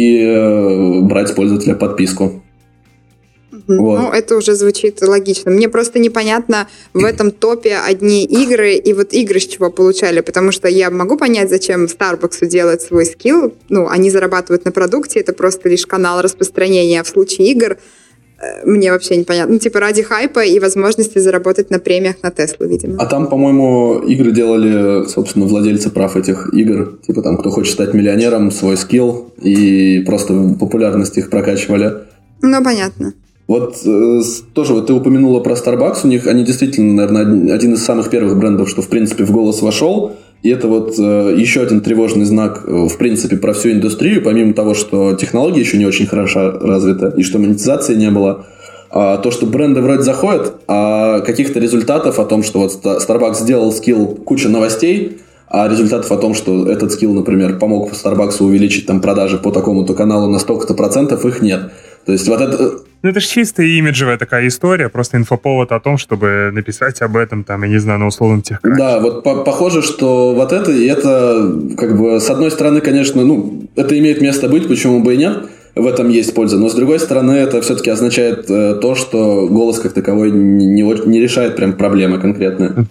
и брать с пользователя подписку. Вот. Ну, это уже звучит логично. Мне просто непонятно в этом топе одни игры, и вот игры с чего получали, потому что я могу понять, зачем Starbucks делать свой скилл. Ну, они зарабатывают на продукте, это просто лишь канал распространения. А в случае игр мне вообще непонятно. Ну, типа ради хайпа и возможности заработать на премиях на Теслу, видимо. А там, по-моему, игры делали, собственно, владельцы прав этих игр. Типа там, кто хочет стать миллионером, свой скилл, и просто популярность их прокачивали. Ну, понятно. Вот тоже вот ты упомянула про Starbucks, у них они действительно, наверное, один из самых первых брендов, что в принципе в голос вошел, и это вот еще один тревожный знак в принципе про всю индустрию, помимо того, что технология еще не очень хорошо развита и что монетизации не было, то, что бренды вроде заходят, а каких-то результатов о том, что вот Starbucks сделал скилл, куча новостей, а результатов о том, что этот скилл, например, помог Starbucks увеличить там продажи по такому-то каналу на столько-то процентов, их нет. То есть вот это... Ну, это же чисто имиджевая такая история, просто инфоповод о том, чтобы написать об этом, там, я не знаю, на условном техкране. Да, вот похоже, что вот это, и это, как бы, с одной стороны, конечно, ну, это имеет место быть, почему бы и нет, в этом есть польза, но с другой стороны, это все-таки означает то, что голос как таковой не решает прям проблемы конкретные.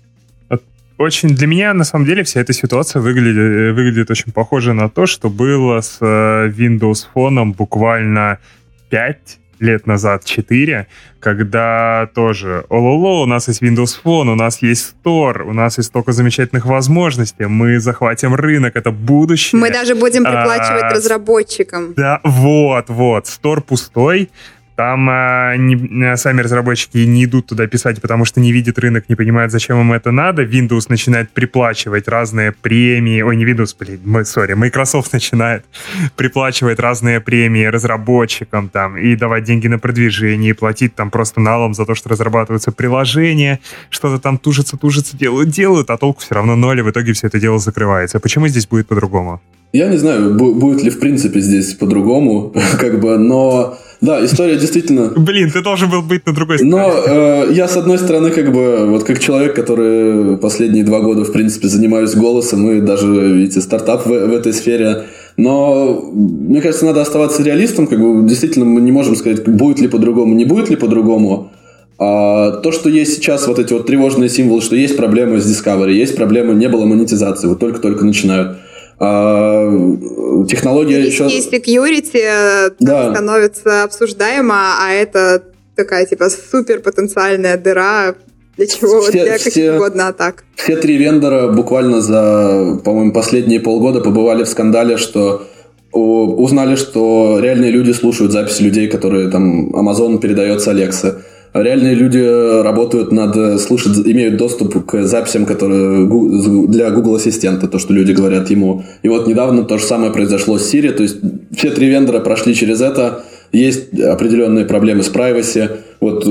Очень для меня, на самом деле, вся эта ситуация выглядит очень похоже на то, что было с Windows Phone буквально 5 лет назад, 4, когда тоже у нас есть Windows Phone, у нас есть Store, у нас есть столько замечательных возможностей, мы захватим рынок, это будущее. Мы даже будем приплачивать разработчикам. Да, вот, Store пустой, там сами разработчики не идут туда писать, потому что не видят рынок, не понимают, зачем им это надо. Windows начинает приплачивать разные премии. Ой, не Windows, Microsoft начинает приплачивать разные премии разработчикам там, и давать деньги на продвижение, и платить там просто налом за то, что разрабатываются приложения, что-то там тужится, делают, а толку все равно ноль, и в итоге все это дело закрывается. Почему здесь будет по-другому? Я не знаю, будет ли в принципе здесь по-другому, как бы, но... Да, история действительно... Блин, ты должен был быть на другой стороне. Но я, с одной стороны, как бы, вот как человек, который последние 2 года, в принципе, занимаюсь голосом, и даже, видите, стартап в этой сфере, но, мне кажется, надо оставаться реалистом, как бы, действительно, мы не можем сказать, будет ли по-другому, не будет ли по-другому. А то, что есть сейчас вот эти вот тревожные символы, что есть проблемы с Discovery, есть проблемы, не было монетизации, вот только-только начинают. Технология еще... И security становится обсуждаемо, а это такая типа супер потенциальная дыра для чего для каких угодно атак. Все 3 вендора буквально за, по-моему, последние полгода побывали в скандале, что узнали, что реальные люди слушают записи людей, которые там Amazon передает с Alexa. Реальные люди работают имеют доступ к записям, которые для Google Ассистента, то, что люди говорят ему. И вот недавно то же самое произошло с Siri, то есть все 3 вендора прошли через это, есть определенные проблемы с privacy. Вот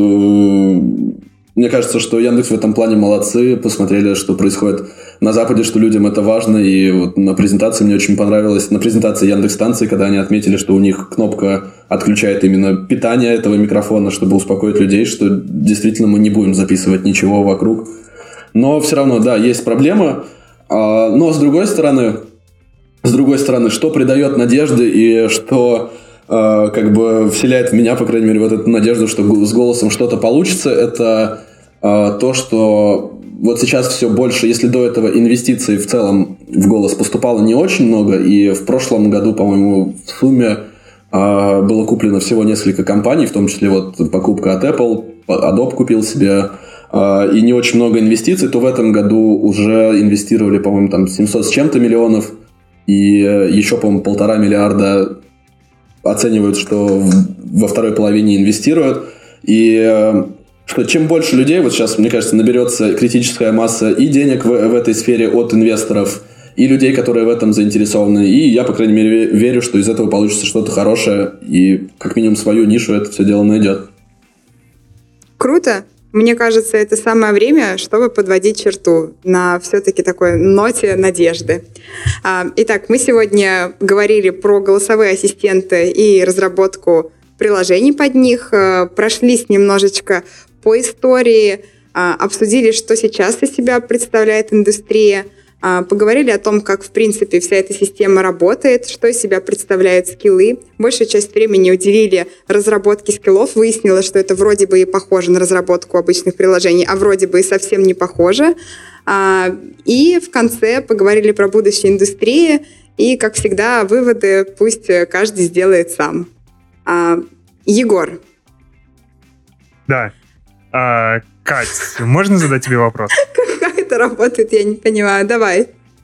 мне кажется, что Яндекс в этом плане молодцы, посмотрели, что происходит на Западе, что людям это важно, и вот на презентации мне очень понравилось, на презентации Яндекс.Станции, когда они отметили, что у них кнопка отключает именно питание этого микрофона, чтобы успокоить людей, что действительно мы не будем записывать ничего вокруг. Но все равно, да, есть проблема, но с другой стороны, что придает надежды и что как бы вселяет в меня, по крайней мере, вот эту надежду, что с голосом что-то получится, это то, что вот сейчас все больше, если до этого инвестиций в целом в голос поступало не очень много, и в прошлом году, по-моему, в сумме было куплено всего несколько компаний, в том числе вот покупка от Apple, Adobe купил себе, и не очень много инвестиций, то в этом году уже инвестировали, по-моему, там 700 с чем-то миллионов. и еще, по-моему, 1,5 миллиарда оценивают, что во второй половине инвестируют. И что чем больше людей, вот сейчас, мне кажется, наберется критическая масса и денег в этой сфере от инвесторов, и людей, которые в этом заинтересованы. И я, по крайней мере, верю, что из этого получится что-то хорошее, и как минимум свою нишу это все дело найдет. Круто. Мне кажется, это самое время, чтобы подводить черту на все-таки такой ноте надежды. Итак, мы сегодня говорили про голосовые ассистенты и разработку приложений под них, прошлись немножечко по истории, обсудили, что сейчас из себя представляет индустрия, поговорили о том, как, в принципе, вся эта система работает, что из себя представляют скиллы. Большую часть времени уделили разработке скиллов. Выяснилось, что это вроде бы и похоже на разработку обычных приложений, а вроде бы и совсем не похоже. И в конце поговорили про будущее индустрии. И, как всегда, выводы пусть каждый сделает сам. Егор. Да. Кать, можно задать тебе вопрос? Как это работает, я не понимаю. Давай.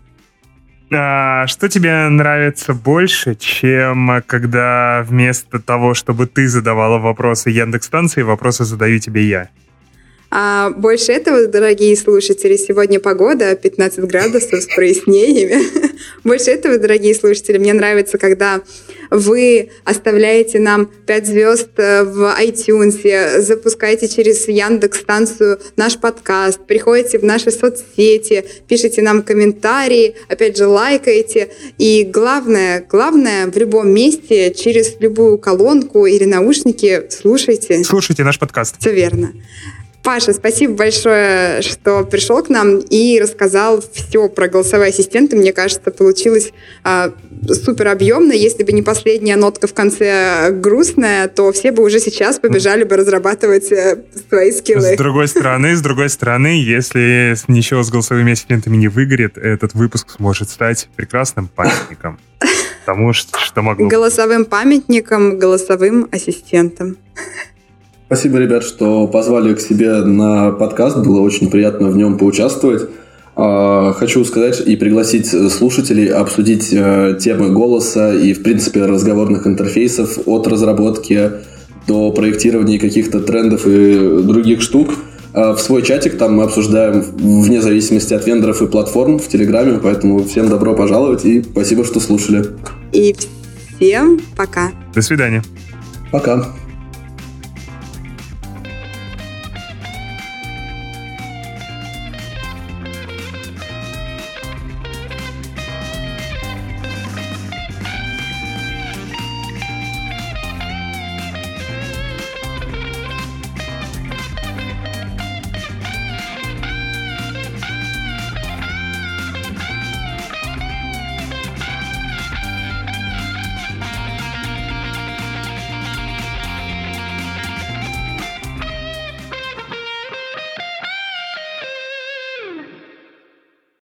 Что тебе нравится больше, чем когда вместо того, чтобы ты задавала вопросы Яндекс.Станции, вопросы задаю тебе я? Больше этого, дорогие слушатели, сегодня погода 15 градусов с прояснениями. Больше этого, дорогие слушатели, мне нравится, когда вы оставляете нам 5 звезд в iTunes, запускаете через Яндекс.Станцию наш подкаст, приходите в наши соцсети, пишите нам комментарии, опять же, лайкаете. И главное, в любом месте, через любую колонку или наушники слушайте. Слушайте наш подкаст. Все верно. Паша, спасибо большое, что пришел к нам и рассказал все про голосовые ассистенты. Мне кажется, получилось супер объемно. Если бы не последняя нотка в конце грустная, то все бы уже сейчас побежали бы разрабатывать свои скиллы. С другой стороны, если ничего с голосовыми ассистентами не выгорит, этот выпуск сможет стать прекрасным памятником тому, что могло. Голосовым памятником, голосовым ассистентом. Спасибо, ребят, что позвали к себе на подкаст. Было очень приятно в нем поучаствовать. Хочу сказать и пригласить слушателей обсудить темы голоса и, в принципе, разговорных интерфейсов от разработки до проектирования каких-то трендов и других штук в свой чатик. Там мы обсуждаем вне зависимости от вендоров и платформ в Телеграме. Поэтому всем добро пожаловать и спасибо, что слушали. И всем пока. До свидания. Пока.